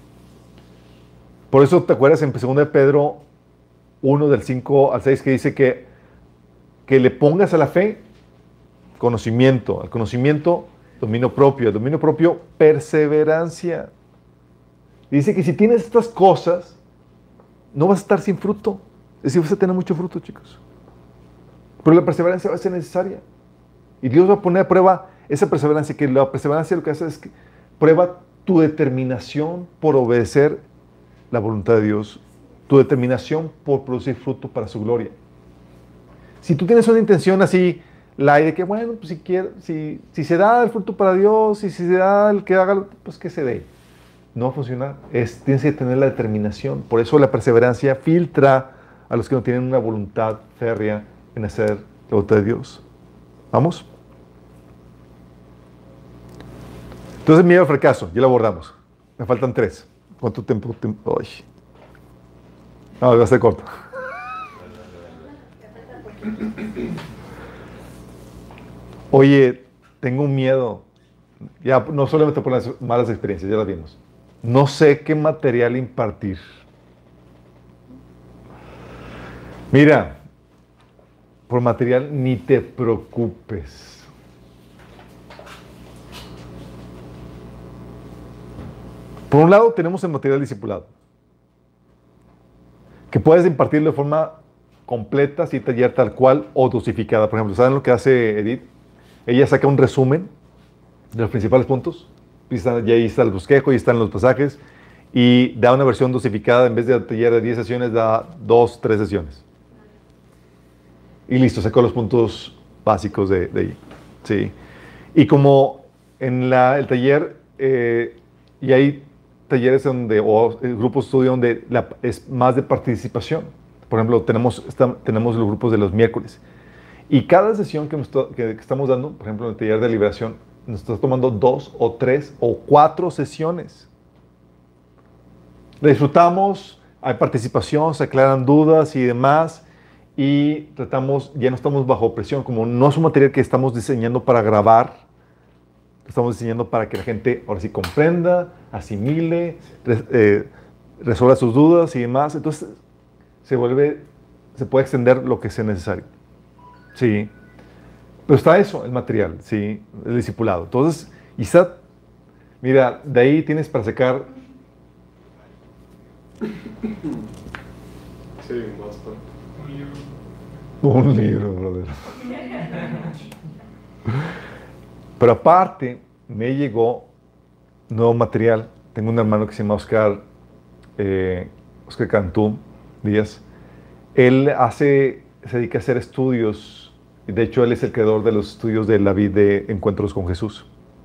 Por eso te acuerdas en segunda de Pedro uno del cinco al seis que dice que, que le pongas a la fe conocimiento, al conocimiento dominio propio, al dominio propio perseverancia. Dice que si tienes estas cosas, no vas a estar sin fruto. Es decir, vas a tener mucho fruto, chicos. Pero la perseverancia va a ser necesaria. Y Dios va a poner a prueba esa perseverancia, que la perseverancia lo que hace es que prueba tu determinación por obedecer la voluntad de Dios, tu determinación por producir fruto para su gloria. Si tú tienes una intención así, la de que, bueno, pues si, quiere, si, si se da el fruto para Dios, y si se da el que haga, pues que se dé. No va a funcionar. Es, tienes que tener la determinación. Por eso la perseverancia filtra a los que no tienen una voluntad férrea en hacer la voluntad de Dios. ¿Vamos? Entonces, miedo al fracaso. Ya lo abordamos. Me faltan tres. ¿Cuánto tiempo? tiempo? Ay. No, va a ser corto. Oye, tengo un miedo. Ya no solamente por las malas experiencias, ya las vimos. No sé qué material impartir. Mira, por material ni te preocupes. Por un lado tenemos el material discipulado, que puedes impartirlo de forma completa, sin taller tal cual, o dosificada. Por ejemplo, ¿saben lo que hace Edith? Ella saca un resumen de los principales puntos, y ahí está el bosquejo, y están los pasajes, y da una versión dosificada. En vez de taller de diez sesiones, da dos, tres sesiones. Y listo, sacó los puntos básicos de, de ahí. Sí. Y como en la, el taller, eh, y hay talleres donde, o grupos de estudio donde la, es más de participación. Por ejemplo, tenemos, está, tenemos los grupos de los miércoles. Y cada sesión que, nos to, que, que estamos dando, por ejemplo, en el taller de liberación, nos está tomando dos o tres o cuatro sesiones. La disfrutamos, hay participación, se aclaran dudas y demás, y tratamos, ya no estamos bajo presión, como no es un material que estamos diseñando para grabar, estamos diseñando para que la gente ahora sí comprenda, asimile, res, eh, resuelva sus dudas y demás. Entonces se vuelve, se puede extender lo que sea necesario. Sí. Pero está eso, el material, sí, el discipulado. Entonces, y está, mira, de ahí tienes para sacar. Sí, bastante. Un libro, brother. Pero aparte, me llegó nuevo material. Tengo un hermano que se llama Oscar, eh, Oscar Cantú Díaz. Él hace, se dedica a hacer estudios Y de hecho, él es el creador de los estudios de la vida de Encuentros con Jesús.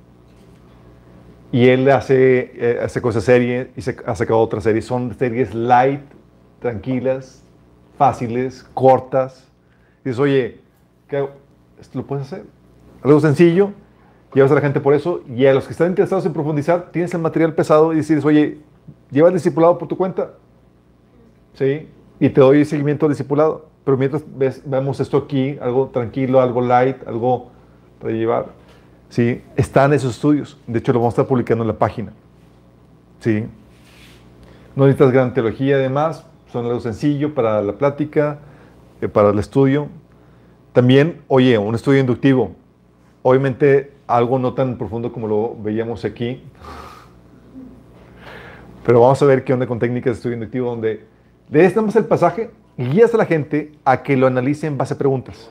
Y él hace, eh, hace cosas serias y se, ha sacado otras series. Son series light, tranquilas, fáciles, cortas. Y dices, oye, ¿qué hago? ¿Esto lo puedes hacer? Algo sencillo, llevas a la gente por eso. Y a los que están interesados en profundizar, tienes el material pesado y dices, oye, lleva el discipulado por tu cuenta. ¿Sí? Y te doy seguimiento al discipulado. Pero mientras ves, vemos esto aquí, algo tranquilo, algo light, algo para llevar. ¿Sí? Están esos estudios. De hecho, lo vamos a estar publicando en la página. ¿Sí? No necesitas gran teología, además. Son algo sencillo para la plática, eh, para el estudio. También, oye, un estudio inductivo. Obviamente, algo no tan profundo como lo veíamos aquí. Pero vamos a ver qué onda con técnicas de estudio inductivo, donde lees nada más el pasaje y guías a la gente a que lo analice en base a preguntas.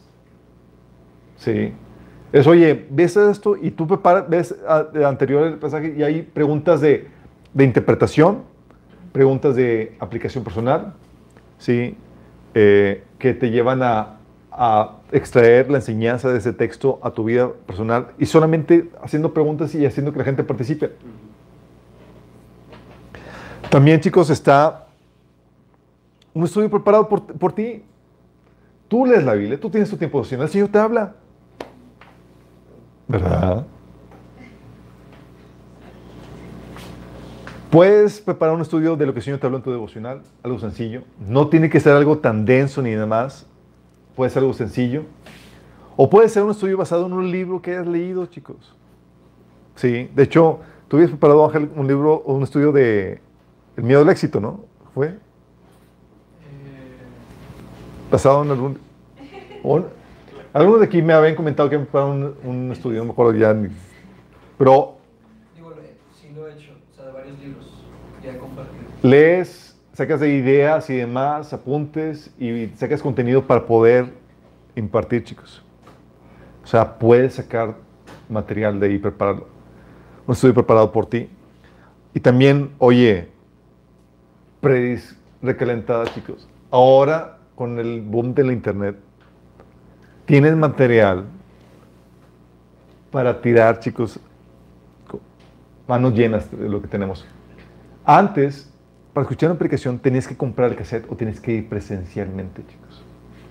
¿Sí? Es, oye, ves esto y tú preparas, ves a, de anterior el pasaje y hay preguntas de, de interpretación, preguntas de aplicación personal, ¿sí? Eh, que te llevan a, a extraer la enseñanza de ese texto a tu vida personal y solamente haciendo preguntas y haciendo que la gente participe. También, chicos, está un estudio preparado por, por ti. Tú lees la Biblia, tú tienes tu tiempo devocional, el Señor te habla. ¿Verdad? Puedes preparar un estudio de lo que el Señor te habló en tu devocional, algo sencillo. No tiene que ser algo tan denso ni nada más. Puede ser algo sencillo. O puede ser un estudio basado en un libro que hayas leído, chicos. Sí, de hecho, tú habías preparado, Ángel, un libro o un estudio de El miedo al éxito, ¿no? ¿Fue? Eh, Basado en algún... o- Algunos de aquí me habían comentado que me prepararon un, un estudio, no me acuerdo ya, ni- pero digo, lo he- sí lo he hecho, o sea, de varios libros ya he compartido. lees, sacas de ideas y demás, apuntes y sacas contenido para poder impartir, chicos. O sea, puedes sacar material de ahí y prepararlo. Un estudio preparado por ti. Y también, oye, predis recalentada, chicos. Ahora, con el boom de la internet, tienes material para tirar, chicos, con manos llenas de lo que tenemos. Antes, para escuchar una predicación, tenías que comprar el cassette o tienes que ir presencialmente, chicos.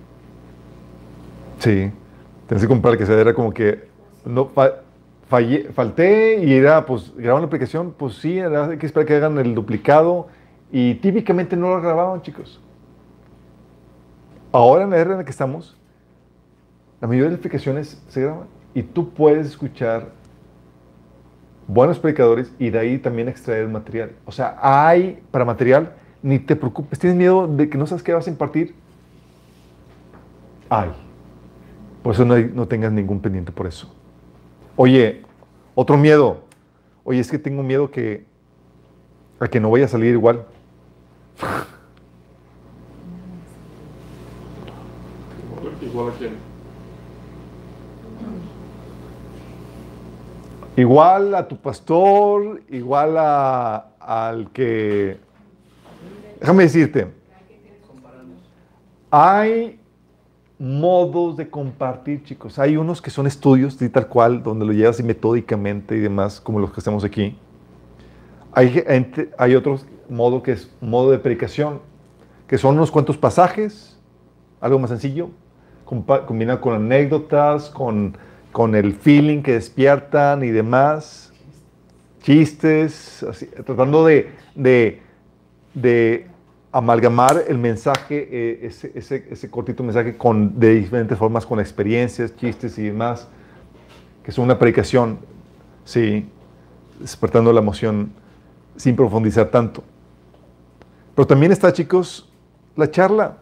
Sí, tenías que comprar el cassette. Era como que no, fa- fallé- falté y era, pues, grababan la aplicación, pues sí, era, hay que esperar que hagan el duplicado y típicamente no lo grababan, chicos. Ahora en la era en la que estamos, la mayoría de las aplicaciones se graban y tú puedes escuchar buenos predicadores y de ahí también extraer material. O sea, hay para material, ni te preocupes. ¿Tienes miedo de que no sabes qué vas a impartir? Hay. Por eso no, hay- no tengas ningún pendiente por eso. Oye, otro miedo. Oye, es que tengo miedo que a que no vaya a salir igual. Igual a quién. Igual a tu pastor, igual a, al que... Déjame decirte, hay modos de compartir, chicos. Hay unos que son estudios, sí, tal cual, donde lo llevas metódicamente y demás, como los que hacemos aquí. Hay, gente- hay otros modo que es modo de predicación, que son unos cuantos pasajes, algo más sencillo, compa- combinado con anécdotas, con, con el feeling que despiertan y demás, chistes, así, tratando de, de, de amalgamar el mensaje, eh, ese, ese, ese cortito mensaje con, de diferentes formas, con experiencias, chistes y demás, que son una predicación, sí, despertando la emoción sin profundizar tanto. Pero también está, chicos, la charla.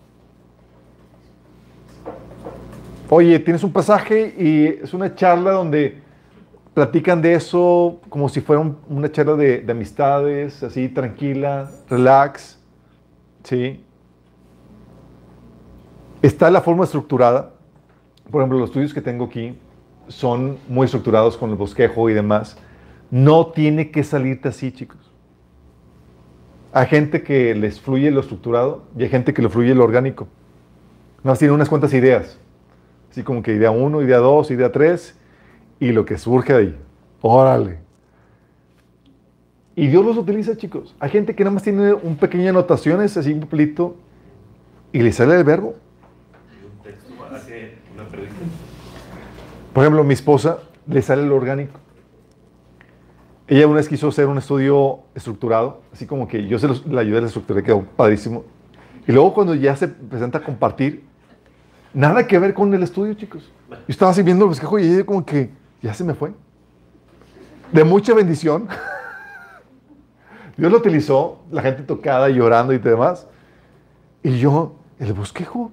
Oye, tienes un pasaje y es una charla donde platican de eso como si fuera un- una charla de, de amistades, así tranquila, relax, ¿sí? Está la forma estructurada. Por ejemplo, los estudios que tengo aquí son muy estructurados con el bosquejo y demás. No tiene que salirte así, chicos. Hay gente que les fluye lo estructurado y hay gente que le fluye lo orgánico. Nada más tiene unas cuantas ideas. Así como que idea uno, idea dos, idea tres, y lo que surge de ahí. Órale. Y Dios los utiliza, chicos. Hay gente que nada más tiene un pequeño anotaciones, así un papelito, y le sale el verbo. Un texto hace una predicción. Por ejemplo, mi esposa le sale el orgánico. Ella una vez quiso hacer un estudio estructurado, así como que yo se los, le ayudé a la estructura, quedó padrísimo. Y luego cuando ya se presenta a compartir, nada que ver con el estudio, chicos. Yo estaba así viendo el bosquejo y ella como que ya se me fue. De mucha bendición. Dios lo utilizó, la gente tocada, llorando y demás. Y yo, el bosquejo.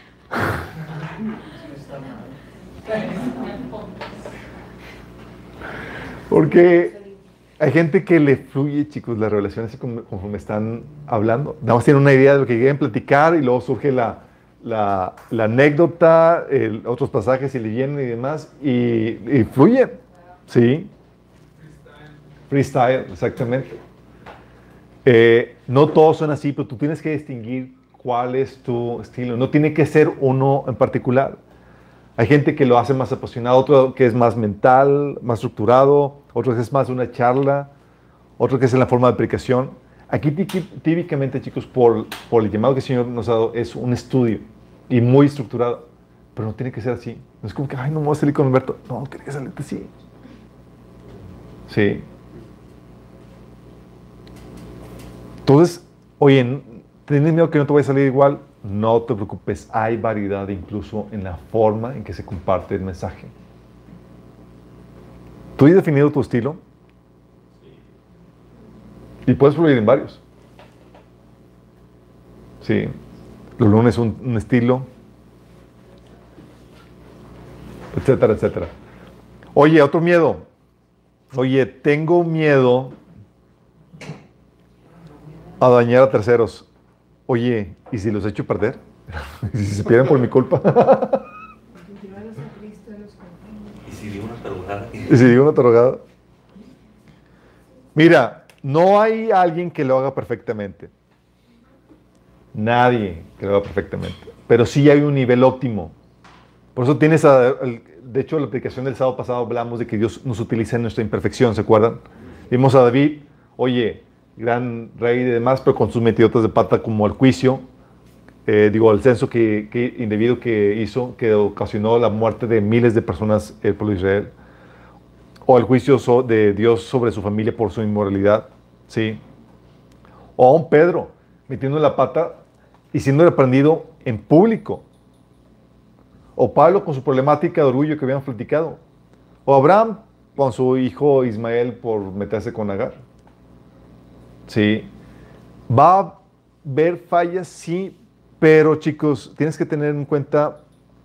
Porque hay gente que le fluye, chicos, la revelación así como, como me están hablando. Nada más tienen una idea de lo que quieren platicar y luego surge la, la, la anécdota, el, otros pasajes y leyendas y demás, y, y fluyen. ¿Sí? Freestyle, exactamente. Eh, no todos son así, pero tú tienes que distinguir cuál es tu estilo. No tiene que ser uno en particular. Hay gente que lo hace más apasionado, otro que es más mental, más estructurado, otro que es más una charla, otro que es en la forma de aplicación. Aquí típicamente, chicos, por, por el llamado que el Señor nos ha dado, es un estudio y muy estructurado, pero no tiene que ser así. No es como que, ay, no me voy a salir con Humberto. No, quería salirte así. Sí. Entonces, oye, ¿tienes miedo que no te vaya a salir igual? No te preocupes, hay variedad incluso en la forma en que se comparte el mensaje. ¿Tú has definido tu estilo? Y puedes fluir en varios. Sí. Los lunes un, un estilo, etcétera, etcétera. Oye, otro miedo. Oye, tengo miedo a dañar a terceros. Oye, ¿y si los echo a perder? ¿Y si se pierden por mi culpa? ¿Y si digo una tarugada? ¿Y si digo una tarugada? Mira, no hay alguien que lo haga perfectamente. Nadie que lo haga perfectamente. Pero sí hay un nivel óptimo. Por eso tienes, a, de hecho, la aplicación del sábado pasado hablamos de que Dios nos utiliza en nuestra imperfección, ¿se acuerdan? Vimos a David, oye, gran rey y demás, pero con sus metidotas de pata como el juicio, eh, digo, el censo que, que indebido que hizo, que ocasionó la muerte de miles de personas el pueblo de Israel, o el juicio so, de Dios sobre su familia por su inmoralidad, ¿sí? O a un Pedro metiendo la pata y siendo reprendido en público, o Pablo con su problemática de orgullo que habíamos platicado, o Abraham con su hijo Ismael por meterse con Agar. Sí, va a haber fallas, sí, pero chicos, tienes que tener en cuenta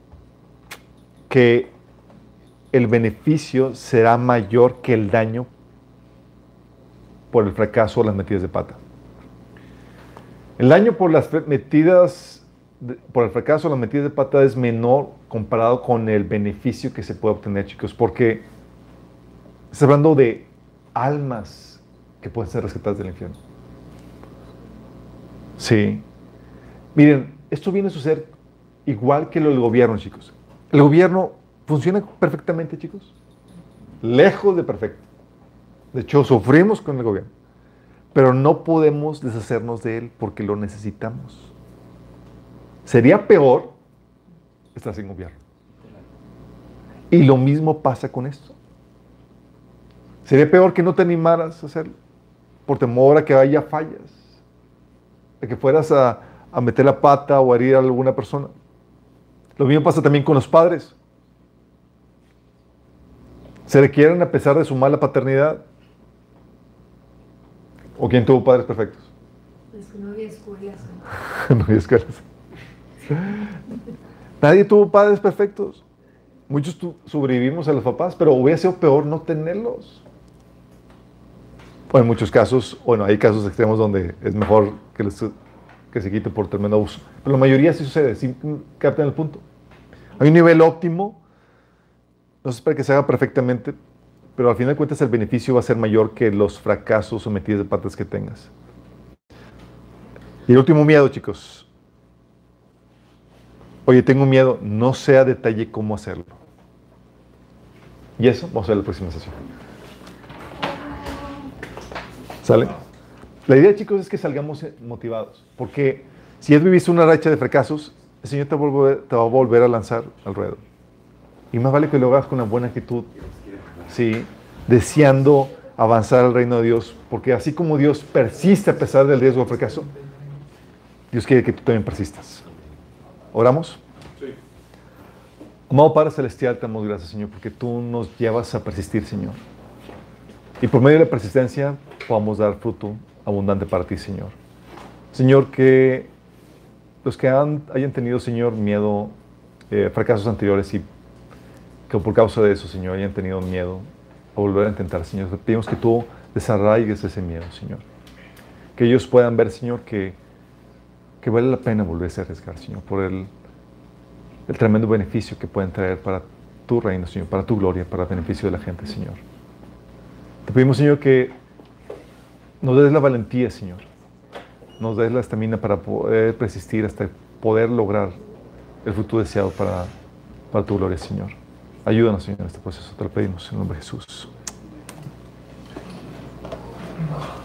que el beneficio será mayor que el daño por el fracaso o las metidas de pata. El daño por las metidas, de, por el fracaso o las metidas de pata es menor comparado con el beneficio que se puede obtener, chicos, porque está hablando de almas que pueden ser rescatadas del infierno. Sí. Miren, esto viene a suceder igual que lo del gobierno, chicos. El gobierno funciona perfectamente, chicos. Lejos de perfecto. De hecho, sufrimos con el gobierno. Pero no podemos deshacernos de él porque lo necesitamos. Sería peor estar sin gobierno. Y lo mismo pasa con esto. Sería peor que no te animaras a hacerlo por temor a que haya fallas, a que fueras a, a meter la pata o a herir a alguna persona. Lo mismo pasa también con los padres. Se requieren a pesar de su mala paternidad. ¿O quién tuvo padres perfectos? Es que no había escuelas. No había escuelas. Nadie tuvo padres perfectos. Muchos sobrevivimos a los papás, pero hubiera sido peor no tenerlos. O en muchos casos, bueno, hay casos extremos donde es mejor que, les, que se quite por tremendo abuso. Pero la mayoría sí sucede, sí captan el punto. Hay un nivel óptimo, no se espera que se haga perfectamente, pero al final de cuentas el beneficio va a ser mayor que los fracasos o metidas de patas que tengas. Y el último miedo, chicos. Oye, tengo miedo, no sé a detalle cómo hacerlo. Y eso vamos a ver en la próxima sesión. ¿Sale? La idea, chicos, es que salgamos motivados. Porque si has vivido una racha de fracasos, el Señor te va a volver, te va a, volver a lanzar al ruedo. Y más vale que lo hagas con una buena actitud. Sí, deseando avanzar al reino de Dios. Porque así como Dios persiste a pesar del riesgo de fracaso, Dios quiere que tú también persistas. ¿Oramos? Sí. Amado Padre Celestial, te damos gracias, Señor, porque tú nos llevas a persistir, Señor. Y por medio de la persistencia podamos dar fruto abundante para ti, Señor. Señor, que los que han, hayan tenido, Señor, miedo, eh, fracasos anteriores y que por causa de eso, Señor, hayan tenido miedo a volver a intentar, Señor, te pedimos que tú desarraigues ese miedo, Señor. Que ellos puedan ver, Señor, que que vale la pena volverse a arriesgar, Señor, por el, el tremendo beneficio que pueden traer para tu reino, Señor, para tu gloria, para el beneficio de la gente, Señor. Te pedimos, Señor, que nos des la valentía, Señor, nos des la estamina para poder persistir hasta poder lograr el fruto deseado para, para tu gloria, Señor. Ayúdanos, Señor, en este proceso, te lo pedimos en el nombre de Jesús.